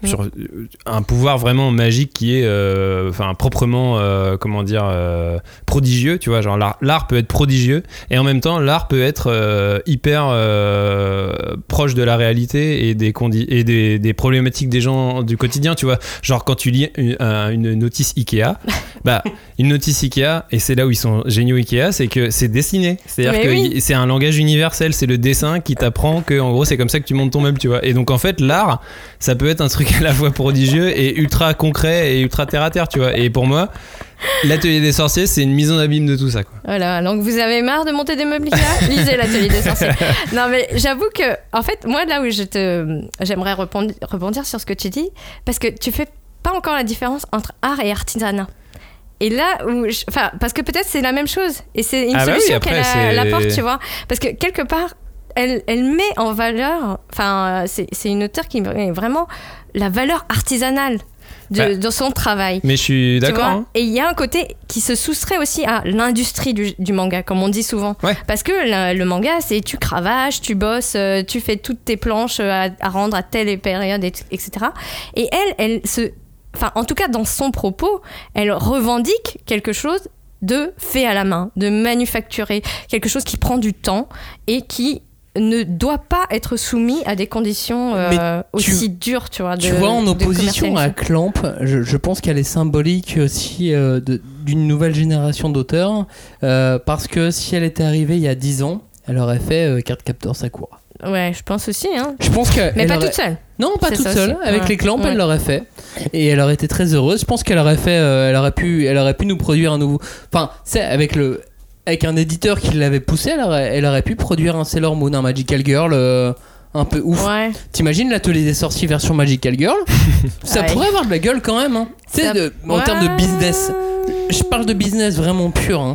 [SPEAKER 2] sur un pouvoir vraiment magique qui est euh, enfin proprement euh, comment dire euh, prodigieux, tu vois, genre l'art, l'art peut être prodigieux et en même temps l'art peut être euh, hyper euh, proche de la réalité et des condi- et des, des problématiques des gens du quotidien, tu vois, genre quand tu lis une, une notice Ikea, bah une notice Ikea, et c'est là où ils sont géniaux Ikea, c'est que c'est dessiné, c'est-à-dire
[SPEAKER 3] Mais
[SPEAKER 2] que
[SPEAKER 3] oui.
[SPEAKER 2] y- c'est un langage universel, c'est le dessin qui t'apprend que en gros c'est comme ça que tu montes ton meuble, tu vois, et donc en fait l'art ça peut être un truc à la fois prodigieux et ultra concret et ultra terre à terre, tu vois. Et pour moi, l'atelier des sorciers, c'est une mise en abîme de tout ça, quoi.
[SPEAKER 3] Voilà, donc vous avez marre de monter des meubles Ikea ? Lisez l'atelier des sorciers. Non mais j'avoue que, en fait, moi là où je te, j'aimerais rebondir, rebondir sur ce que tu dis, parce que tu fais pas encore la différence entre art et artisanat. Et là où, je- enfin, parce que peut-être c'est la même chose et c'est une
[SPEAKER 2] Ah bah oui,
[SPEAKER 3] solution
[SPEAKER 2] après,
[SPEAKER 3] qu'elle a-
[SPEAKER 2] c'est-
[SPEAKER 3] elle apporte, tu vois, parce que quelque part. Elle, elle met en valeur, enfin, c'est, c'est une auteure qui met vraiment la valeur artisanale de,
[SPEAKER 2] Bah,
[SPEAKER 3] de son travail.
[SPEAKER 2] Mais je suis
[SPEAKER 3] Tu
[SPEAKER 2] d'accord.
[SPEAKER 3] vois,
[SPEAKER 2] Hein.
[SPEAKER 3] et il y a un côté qui se soustrait aussi à l'industrie du, du manga, comme on dit souvent.
[SPEAKER 2] Ouais.
[SPEAKER 3] Parce que le, le manga, c'est tu cravaches, tu bosses, euh, tu fais toutes tes planches à, à rendre à telle période, et, et cetera. Et elle, elle se, enfin, en tout cas dans son propos, elle revendique quelque chose de fait à la main, de manufacturé, quelque chose qui prend du temps et qui ne doit pas être soumis à des conditions euh,
[SPEAKER 1] tu-
[SPEAKER 3] aussi dures, tu vois. De,
[SPEAKER 1] Tu vois, en
[SPEAKER 3] de
[SPEAKER 1] opposition à
[SPEAKER 3] commercialisation.
[SPEAKER 1] Clamp, je, je pense qu'elle est symbolique aussi euh, de- d'une nouvelle génération d'auteurs, euh, parce que si elle était arrivée il y a dix ans, elle aurait fait euh, Cardcaptor Sakura.
[SPEAKER 3] Ouais, je pense aussi. Hein.
[SPEAKER 1] Je pense que
[SPEAKER 3] Mais
[SPEAKER 1] elle
[SPEAKER 3] pas
[SPEAKER 1] aurait...
[SPEAKER 3] toute seule.
[SPEAKER 1] Non, pas
[SPEAKER 3] C'est
[SPEAKER 1] toute
[SPEAKER 3] ça
[SPEAKER 1] seule.
[SPEAKER 3] aussi.
[SPEAKER 1] Avec
[SPEAKER 3] Ouais.
[SPEAKER 1] les Clamp,
[SPEAKER 3] Ouais.
[SPEAKER 1] elle l'aurait fait. Et elle aurait été très heureuse. Je pense qu'elle aurait fait, euh, elle aurait pu, elle aurait pu nous produire un nouveau. Enfin, c'est avec le, avec un éditeur qui l'avait poussé, elle aurait, elle aurait pu produire un Sailor Moon, un Magical Girl. euh, Un peu ouf.
[SPEAKER 3] Ouais.
[SPEAKER 1] T'imagines l'atelier des sorciers version Magical Girl? Ça
[SPEAKER 3] Ouais.
[SPEAKER 1] pourrait avoir de la gueule quand même. Hein. Tu sais,
[SPEAKER 3] Ça-
[SPEAKER 1] de- en
[SPEAKER 3] Ouais.
[SPEAKER 1] termes de business. Je parle de business vraiment pur. Hein.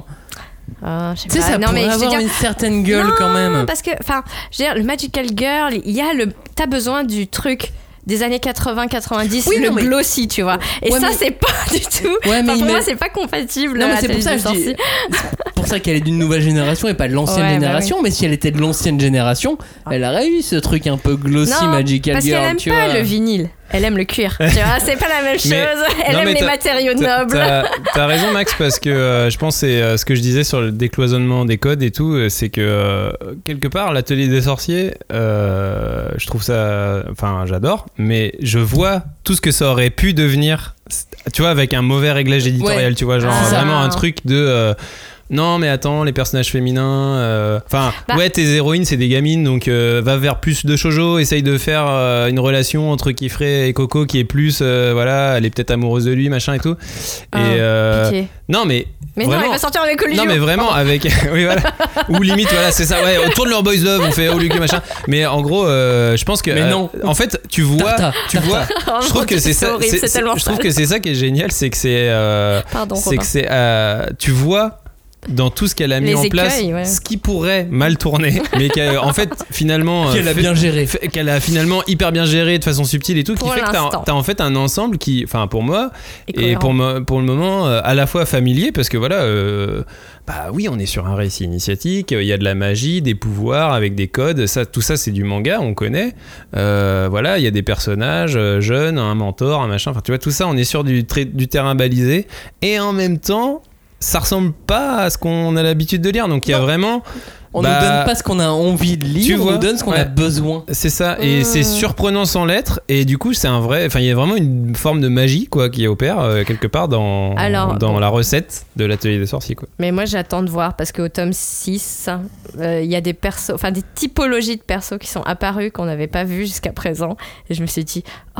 [SPEAKER 3] Ah, je sais
[SPEAKER 1] Tu sais,
[SPEAKER 3] pas.
[SPEAKER 1] ça
[SPEAKER 3] non, mais
[SPEAKER 1] pourrait
[SPEAKER 3] je veux
[SPEAKER 1] avoir
[SPEAKER 3] dire,
[SPEAKER 1] une certaine gueule
[SPEAKER 3] non,
[SPEAKER 1] quand même.
[SPEAKER 3] parce que, enfin, je veux dire, le Magical Girl, il y a le, t'as besoin du truc des années quatre-vingts quatre-vingt-dix,
[SPEAKER 1] Oui,
[SPEAKER 3] le
[SPEAKER 1] non, mais-
[SPEAKER 3] glossy, tu vois. Et
[SPEAKER 1] Ouais,
[SPEAKER 3] ça,
[SPEAKER 1] mais-
[SPEAKER 3] c'est pas du tout.
[SPEAKER 1] Ouais, mais
[SPEAKER 3] Enfin,
[SPEAKER 1] il
[SPEAKER 3] pour
[SPEAKER 1] met-
[SPEAKER 3] moi, c'est pas compatible.
[SPEAKER 1] Non, mais
[SPEAKER 3] la
[SPEAKER 1] c'est pour ça
[SPEAKER 3] télé
[SPEAKER 1] que je
[SPEAKER 3] des
[SPEAKER 1] dis.
[SPEAKER 3] sorciers.
[SPEAKER 1] C'est pour ça qu'elle est d'une nouvelle génération et pas de l'ancienne
[SPEAKER 3] Ouais, bah
[SPEAKER 1] génération. Mais si elle était de l'ancienne génération, elle aurait eu ce truc un peu glossy
[SPEAKER 3] Non,
[SPEAKER 1] Magical
[SPEAKER 3] parce
[SPEAKER 1] Girl.
[SPEAKER 3] qu'elle aime
[SPEAKER 1] tu
[SPEAKER 3] pas
[SPEAKER 1] vois.
[SPEAKER 3] le vinyle. Elle aime le cuir. Tu vois, c'est pas la même chose.
[SPEAKER 2] Mais-
[SPEAKER 3] Elle
[SPEAKER 2] non,
[SPEAKER 3] aime
[SPEAKER 2] mais
[SPEAKER 3] les
[SPEAKER 2] t'as-
[SPEAKER 3] matériaux
[SPEAKER 2] T'as,
[SPEAKER 3] nobles.
[SPEAKER 2] t'as- t'as raison Max, parce que euh, je pense que c'est euh, ce que je disais sur le décloisonnement des codes et tout, euh, c'est que euh, quelque part l'atelier des sorciers, euh, je trouve ça, enfin j'adore, mais je vois tout ce que ça aurait pu devenir, tu vois, avec un mauvais réglage éditorial,
[SPEAKER 1] Ouais.
[SPEAKER 2] tu vois, genre
[SPEAKER 3] Ah.
[SPEAKER 2] vraiment un truc de euh, non mais attends, les personnages féminins, euh, enfin
[SPEAKER 3] Bah.
[SPEAKER 2] ouais, tes héroïnes c'est des gamines, donc euh, va vers plus de shoujo, essaye de faire euh, une relation entre Kifré et Coco qui est plus euh, voilà, elle est peut-être amoureuse de lui, machin et tout.
[SPEAKER 3] Ah,
[SPEAKER 2] Et euh,
[SPEAKER 3] pitié.
[SPEAKER 2] non mais
[SPEAKER 3] Mais non,
[SPEAKER 2] vraiment-
[SPEAKER 3] elle va sortir avec Olivia.
[SPEAKER 2] non mais vraiment avec oui voilà, ou limite voilà, c'est ça, ouais, on tourne leur boys love, on fait oh Luc machin, mais en gros euh, je pense que
[SPEAKER 1] Mais
[SPEAKER 2] euh,
[SPEAKER 1] non.
[SPEAKER 2] en fait tu vois
[SPEAKER 1] Tarta,
[SPEAKER 2] tu
[SPEAKER 1] tarta.
[SPEAKER 2] vois
[SPEAKER 3] Oh,
[SPEAKER 2] je trouve
[SPEAKER 3] mon
[SPEAKER 2] que
[SPEAKER 3] Dieu,
[SPEAKER 2] c'est ça
[SPEAKER 3] horrible,
[SPEAKER 2] c'est-
[SPEAKER 3] c'est
[SPEAKER 2] c'est-
[SPEAKER 3] tellement
[SPEAKER 2] je trouve
[SPEAKER 3] sale.
[SPEAKER 2] que c'est ça qui est génial, c'est que c'est euh,
[SPEAKER 3] Pardon,
[SPEAKER 2] c'est
[SPEAKER 3] Robin.
[SPEAKER 2] que c'est euh, tu vois dans tout ce qu'elle a mis
[SPEAKER 3] Les
[SPEAKER 2] en place,
[SPEAKER 3] écueils, ouais.
[SPEAKER 2] ce qui pourrait mal tourner, mais qu'elle, en fait, finalement,
[SPEAKER 1] Qu'elle
[SPEAKER 2] euh,
[SPEAKER 1] a
[SPEAKER 2] fait-
[SPEAKER 1] bien géré.
[SPEAKER 2] fait- qu'elle a finalement hyper bien géré de façon subtile et tout,
[SPEAKER 3] Pour
[SPEAKER 2] qui fait que t'as,
[SPEAKER 3] l'instant.
[SPEAKER 2] t'as en fait un ensemble qui, enfin pour moi,
[SPEAKER 3] Et
[SPEAKER 2] et
[SPEAKER 3] cohérent.
[SPEAKER 2] pour, mo- pour le moment, euh, à la fois familier, parce que voilà, euh, bah oui, on est sur un récit initiatique, il y a de la magie, des pouvoirs avec des codes, ça, tout ça c'est du manga, on connaît. Euh, voilà, il y a des personnages euh, jeunes, un mentor, un machin, enfin tu vois, tout ça, on est sur du, tra- du terrain balisé, et en même temps, ça ressemble pas à ce qu'on a l'habitude de lire, donc il y a
[SPEAKER 1] Non.
[SPEAKER 2] vraiment...
[SPEAKER 1] On
[SPEAKER 2] bah,
[SPEAKER 1] nous donne pas ce qu'on a envie de
[SPEAKER 2] tu
[SPEAKER 1] lire, on
[SPEAKER 2] vois,
[SPEAKER 1] nous donne ce qu'on
[SPEAKER 2] ouais.
[SPEAKER 1] a besoin.
[SPEAKER 2] C'est ça, et
[SPEAKER 3] Mmh.
[SPEAKER 2] c'est surprenant sans l'être, et du coup c'est un vrai, enfin il y a vraiment une forme de magie quoi qui opère euh, quelque part dans,
[SPEAKER 3] Alors,
[SPEAKER 2] dans
[SPEAKER 3] bon.
[SPEAKER 2] la recette de l'atelier des sorciers quoi.
[SPEAKER 3] Mais moi, j'attends de voir parce qu'au tome six, euh, il y a des persos, enfin des typologies de persos qui sont apparus qu'on n'avait pas vues jusqu'à présent. Et je me suis dit, oh.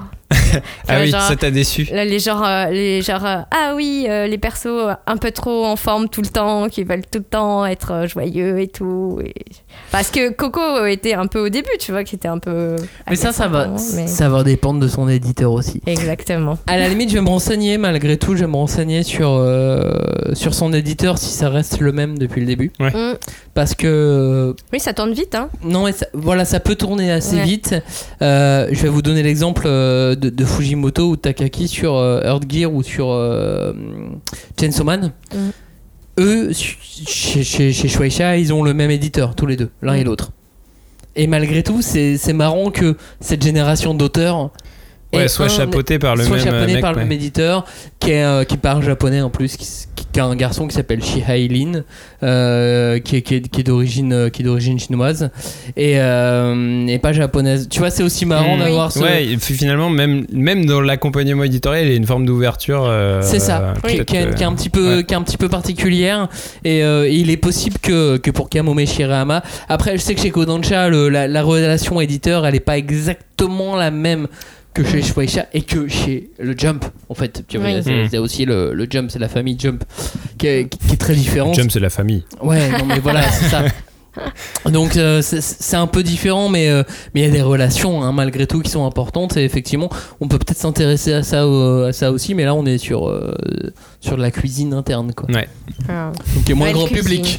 [SPEAKER 2] Ah oui,
[SPEAKER 3] genre,
[SPEAKER 2] ça t'a déçu.
[SPEAKER 3] là, les genres, euh, les genres euh, ah oui, euh, les persos euh, un peu trop en forme tout le temps, qui veulent tout le temps être euh, joyeux et tout. Et... Parce que Coco était un peu au début, tu vois, qui était un peu.
[SPEAKER 1] Mais ça, ça va,
[SPEAKER 3] agaçant, mais-
[SPEAKER 1] ça va dépendre de son éditeur aussi.
[SPEAKER 3] Exactement.
[SPEAKER 1] À la limite, je vais me renseigner, malgré tout, je vais me renseigner sur, euh, sur son éditeur si ça reste le même depuis le début.
[SPEAKER 3] Mm.
[SPEAKER 1] Parce que.
[SPEAKER 3] Oui, ça tourne vite, hein.
[SPEAKER 1] Non, mais ça, voilà, ça peut tourner assez
[SPEAKER 3] Ouais.
[SPEAKER 1] vite. Euh, je vais vous donner l'exemple euh, de, de Fujimoto ou Takaki sur euh, Earth Gear ou sur euh, Chainsaw Man.
[SPEAKER 3] Mm.
[SPEAKER 1] Eux, su- chez, chez, chez Shueisha, ils ont le même éditeur, tous les deux, l'un
[SPEAKER 3] Mm.
[SPEAKER 1] et l'autre. Et malgré tout, c'est, c'est marrant que cette génération d'auteurs
[SPEAKER 2] Ouais,
[SPEAKER 1] et
[SPEAKER 2] soit
[SPEAKER 1] un-
[SPEAKER 2] chapeauté par le
[SPEAKER 1] soit
[SPEAKER 2] même
[SPEAKER 1] chapeauté
[SPEAKER 2] mec,
[SPEAKER 1] par le
[SPEAKER 2] ouais.
[SPEAKER 1] même éditeur qui, est, euh, qui parle japonais en plus, qui, qui, qui a un garçon qui s'appelle Shihai Lin, euh, qui, est, qui, est, qui est d'origine euh, qui est d'origine chinoise et, euh, et pas japonaise. Tu vois, c'est aussi marrant
[SPEAKER 2] Mmh.
[SPEAKER 1] d'avoir ce.
[SPEAKER 2] Ouais, et puis finalement, même, même dans l'accompagnement éditorial, il y a une forme d'ouverture. euh,
[SPEAKER 1] C'est ça, qui,
[SPEAKER 2] peut-être,
[SPEAKER 1] qui est, qui est un petit peu,
[SPEAKER 2] ouais.
[SPEAKER 1] qui est un petit peu particulière. Et euh, il est possible que, que pour Kamome Shirahama, après, je sais que chez Kodansha, le, la, la relation éditeur, elle est pas exactement la même que chez Shueisha et que chez le Jump. En fait, tu vois,
[SPEAKER 3] Oui.
[SPEAKER 1] c'est,
[SPEAKER 2] Mm.
[SPEAKER 1] c'est aussi le, le Jump, c'est la famille Jump qui est, qui est très différente.
[SPEAKER 2] Jump, c'est la famille.
[SPEAKER 1] Ouais, non mais voilà, c'est ça. Donc euh, c'est, c'est un peu différent, mais euh, mais il y a des relations hein, malgré tout qui sont importantes et effectivement on peut peut-être s'intéresser à ça euh, à ça aussi, mais là on est sur euh, sur de la cuisine interne quoi.
[SPEAKER 2] Ouais.
[SPEAKER 3] Ah.
[SPEAKER 1] Donc qui est moins
[SPEAKER 3] Belle
[SPEAKER 1] grand
[SPEAKER 3] cuisine.
[SPEAKER 1] public,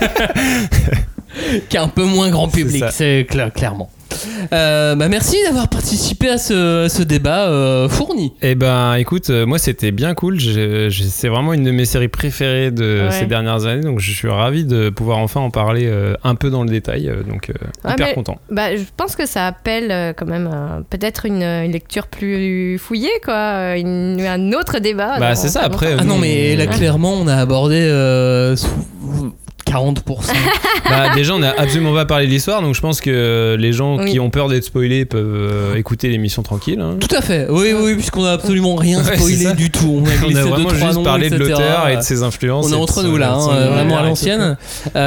[SPEAKER 1] qui est un peu moins grand public,
[SPEAKER 2] ça.
[SPEAKER 1] c'est clair, clairement. Euh, bah merci d'avoir participé à ce, ce débat euh, fourni.
[SPEAKER 2] Eh ben, écoute, euh, moi c'était bien cool. Je, je- c'est vraiment une de mes séries préférées de
[SPEAKER 3] Ouais.
[SPEAKER 2] ces dernières années, donc je suis ravi de pouvoir enfin en parler euh, un peu dans le détail. euh, donc euh,
[SPEAKER 3] Ouais,
[SPEAKER 2] hyper
[SPEAKER 3] mais-
[SPEAKER 2] content.
[SPEAKER 3] Bah, je pense que ça appelle euh, quand même euh, peut-être une, une lecture plus fouillée, quoi, euh, une- un autre débat.
[SPEAKER 2] Bah
[SPEAKER 3] dans
[SPEAKER 2] c'est ça.
[SPEAKER 3] pas
[SPEAKER 2] Après,
[SPEAKER 3] longtemps.
[SPEAKER 1] Ah non
[SPEAKER 2] nous,
[SPEAKER 1] mais là
[SPEAKER 2] on-
[SPEAKER 1] clairement on a abordé euh, quarante pour cent.
[SPEAKER 2] bah, déjà on a absolument pas parlé de l'histoire, donc je pense que les gens
[SPEAKER 3] Oui.
[SPEAKER 2] qui ont peur d'être spoilés peuvent euh, écouter l'émission tranquille. hein.
[SPEAKER 1] Tout à fait, oui, oui, puisqu'on a absolument rien
[SPEAKER 2] Ouais, c'est
[SPEAKER 1] spoilé
[SPEAKER 2] ça.
[SPEAKER 1] du tout. On a,
[SPEAKER 2] On
[SPEAKER 1] glissé
[SPEAKER 2] a
[SPEAKER 1] deux,
[SPEAKER 2] vraiment
[SPEAKER 1] trois
[SPEAKER 2] juste
[SPEAKER 1] noms,
[SPEAKER 2] parlé de
[SPEAKER 1] et cetera.
[SPEAKER 2] l'auteur et de ses influences.
[SPEAKER 1] On
[SPEAKER 2] et
[SPEAKER 1] est
[SPEAKER 2] de
[SPEAKER 1] entre
[SPEAKER 2] son-
[SPEAKER 1] nous là,
[SPEAKER 2] de
[SPEAKER 1] hein,
[SPEAKER 2] son
[SPEAKER 1] euh, vraiment
[SPEAKER 2] univers
[SPEAKER 1] à
[SPEAKER 2] et tout,
[SPEAKER 1] l'ancienne.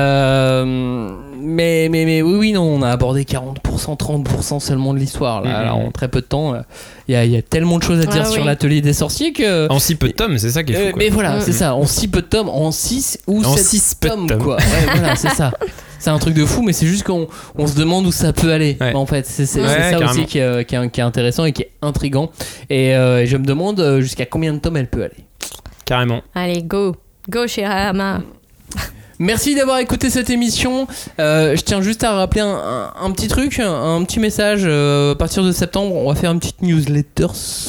[SPEAKER 1] Euh, mais, mais, mais oui, oui, non, on a abordé quarante pour cent, trente pour cent seulement de l'histoire. Là,
[SPEAKER 2] Mhm.
[SPEAKER 1] Alors, en très peu de temps, il y, a, y a tellement de choses à dire
[SPEAKER 3] Ah
[SPEAKER 1] sur
[SPEAKER 3] oui.
[SPEAKER 1] l'atelier des sorciers que.
[SPEAKER 2] En si peu de tomes, c'est ça qui est fou.
[SPEAKER 1] Euh,
[SPEAKER 2] quoi.
[SPEAKER 1] mais voilà,
[SPEAKER 3] Mm.
[SPEAKER 1] c'est ça, en si peu de tomes, en six ou
[SPEAKER 2] En
[SPEAKER 1] sept
[SPEAKER 2] six peu de
[SPEAKER 1] tomes,
[SPEAKER 2] tomes.
[SPEAKER 1] quoi. Ouais, voilà, c'est ça. C'est un truc de fou, mais c'est juste qu'on on se demande où ça peut aller.
[SPEAKER 2] Ouais.
[SPEAKER 1] En fait, c'est, c'est,
[SPEAKER 2] Ouais,
[SPEAKER 1] c'est ça
[SPEAKER 2] carrément.
[SPEAKER 1] aussi qui est, qui, est, qui est intéressant et qui est intriguant. Et euh, je me demande euh, jusqu'à combien de tomes elle peut aller.
[SPEAKER 2] Carrément.
[SPEAKER 3] Allez, go. Go, Shirahama.
[SPEAKER 1] Merci d'avoir écouté cette émission. Euh, je tiens juste à rappeler un, un- un petit truc, un, un petit message. Euh, à partir de septembre, on va faire une petite newsletter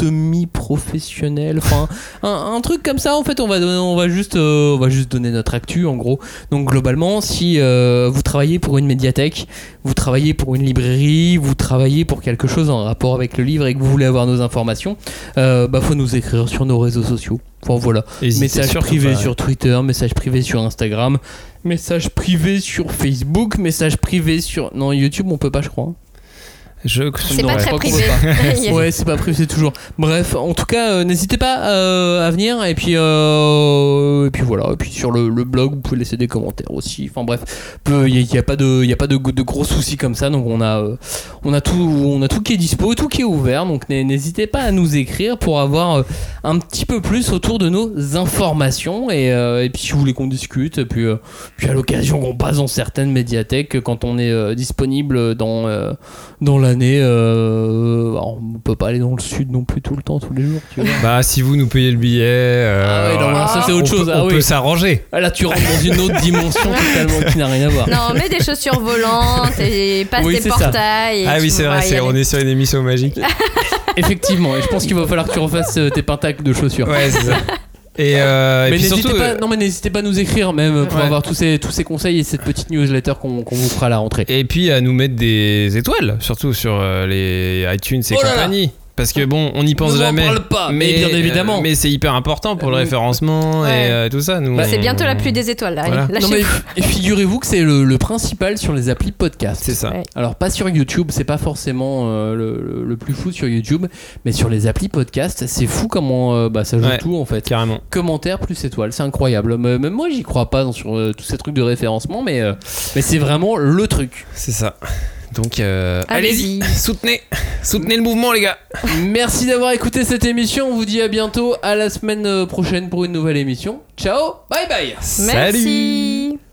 [SPEAKER 1] semi-professionnelle. Enfin, un, un truc comme ça. En fait, on va, donner, on va juste, euh, on va juste donner notre actu, en gros. Donc, globalement, si euh, vous travaillez pour une médiathèque, vous travaillez pour une librairie, vous travaillez pour quelque chose en rapport avec le livre et que vous voulez avoir nos informations, euh, bah, faut nous écrire sur nos réseaux sociaux. Enfin, voilà.
[SPEAKER 2] Hésitez
[SPEAKER 1] Message
[SPEAKER 2] surtout
[SPEAKER 1] privé
[SPEAKER 2] pas, ouais.
[SPEAKER 1] sur Twitter, message privé sur Instagram, message privé sur Facebook, message privé sur... Non, YouTube, on peut pas, je crois.
[SPEAKER 2] Je...
[SPEAKER 3] C'est
[SPEAKER 1] Non,
[SPEAKER 3] pas
[SPEAKER 1] je
[SPEAKER 3] très
[SPEAKER 1] crois qu'on
[SPEAKER 3] privé.
[SPEAKER 1] peut pas. Ouais, c'est pas privé, c'est toujours... Bref, en tout cas, euh, n'hésitez pas euh, à venir. Et puis, euh, et puis voilà. Et puis sur le, le blog, vous pouvez laisser des commentaires aussi. Enfin bref, il n'y a, y a pas, de, y a pas de, de gros soucis comme ça. Donc on a, euh, on, a tout, on a tout qui est dispo, tout qui est ouvert. Donc n'hésitez pas à nous écrire pour avoir euh, un petit peu plus autour de nos informations. Et, euh, et puis si vous voulez qu'on discute, et puis, euh, puis à l'occasion qu'on passe dans certaines médiathèques quand on est euh, disponible dans, euh, dans l'année. Euh, alors, on peut pas aller dans le sud non plus tout le temps, tous les jours. Tu vois.
[SPEAKER 2] Bah si vous nous payez le billet, euh,
[SPEAKER 1] Ah ouais, non, mais ça, c'est autre
[SPEAKER 2] on
[SPEAKER 1] chose.
[SPEAKER 2] Peut,
[SPEAKER 1] Ah
[SPEAKER 2] on
[SPEAKER 1] oui.
[SPEAKER 2] peut s'arranger.
[SPEAKER 1] Ah, là, tu rentres dans une autre dimension totalement qui n'a rien à voir.
[SPEAKER 3] Non, mets des chaussures volantes et passe
[SPEAKER 1] Oui,
[SPEAKER 3] des
[SPEAKER 1] c'est ça.
[SPEAKER 3] portails. et
[SPEAKER 2] Ah
[SPEAKER 3] tu
[SPEAKER 2] oui, c'est
[SPEAKER 3] pourras
[SPEAKER 2] vrai,
[SPEAKER 3] y
[SPEAKER 2] c'est,
[SPEAKER 3] aller.
[SPEAKER 2] on est sur une émission magique.
[SPEAKER 1] Effectivement, et je pense qu'il va falloir que tu refasses euh, tes pentacles de chaussures.
[SPEAKER 2] Ouais, c'est ça. Et, euh, et
[SPEAKER 1] mais
[SPEAKER 2] puis
[SPEAKER 1] n'hésitez
[SPEAKER 2] surtout,
[SPEAKER 1] pas,
[SPEAKER 2] euh,
[SPEAKER 1] non mais n'hésitez pas à nous écrire même pour
[SPEAKER 2] Ouais.
[SPEAKER 1] avoir tous ces, tous ces conseils et cette petite newsletter qu'on, qu'on vous fera à la rentrée.
[SPEAKER 2] et puis à nous mettre des étoiles, surtout sur euh, les iTunes et
[SPEAKER 1] Oh là là.
[SPEAKER 2] compagnie. Parce que bon, on n'y pense
[SPEAKER 1] Ne m'en
[SPEAKER 2] jamais.
[SPEAKER 1] parle pas, mais bien évidemment.
[SPEAKER 2] euh, mais c'est hyper important pour le
[SPEAKER 1] Euh,
[SPEAKER 2] référencement
[SPEAKER 3] ouais.
[SPEAKER 2] et euh, tout ça. Nous,
[SPEAKER 1] Bah,
[SPEAKER 3] C'est
[SPEAKER 2] on-
[SPEAKER 3] bientôt la pluie des étoiles, là.
[SPEAKER 2] Voilà.
[SPEAKER 3] Allez,
[SPEAKER 1] Non, mais,
[SPEAKER 3] lâchez-vous.
[SPEAKER 1] et figurez-vous que c'est le, le principal sur les applis podcast.
[SPEAKER 2] C'est ça.
[SPEAKER 3] Ouais.
[SPEAKER 1] Alors pas sur YouTube, c'est pas forcément euh, le, le- le plus fou sur YouTube, mais sur les applis podcast, c'est fou comment euh, bah, ça joue
[SPEAKER 2] Ouais.
[SPEAKER 1] tout en fait.
[SPEAKER 2] Carrément.
[SPEAKER 1] Commentaires plus étoiles, c'est incroyable. Mais- Même moi j'y crois pas dans, sur euh, tous ces trucs de référencement, mais, euh, mais c'est vraiment le truc.
[SPEAKER 2] C'est ça. Donc, euh,
[SPEAKER 3] Allez-y.
[SPEAKER 2] allez-y, soutenez, soutenez le mouvement, les gars.
[SPEAKER 1] Merci d'avoir écouté cette émission, on vous dit à bientôt, à la semaine euh, prochaine pour une nouvelle émission. Ciao, bye bye.
[SPEAKER 2] Salut.
[SPEAKER 3] Merci.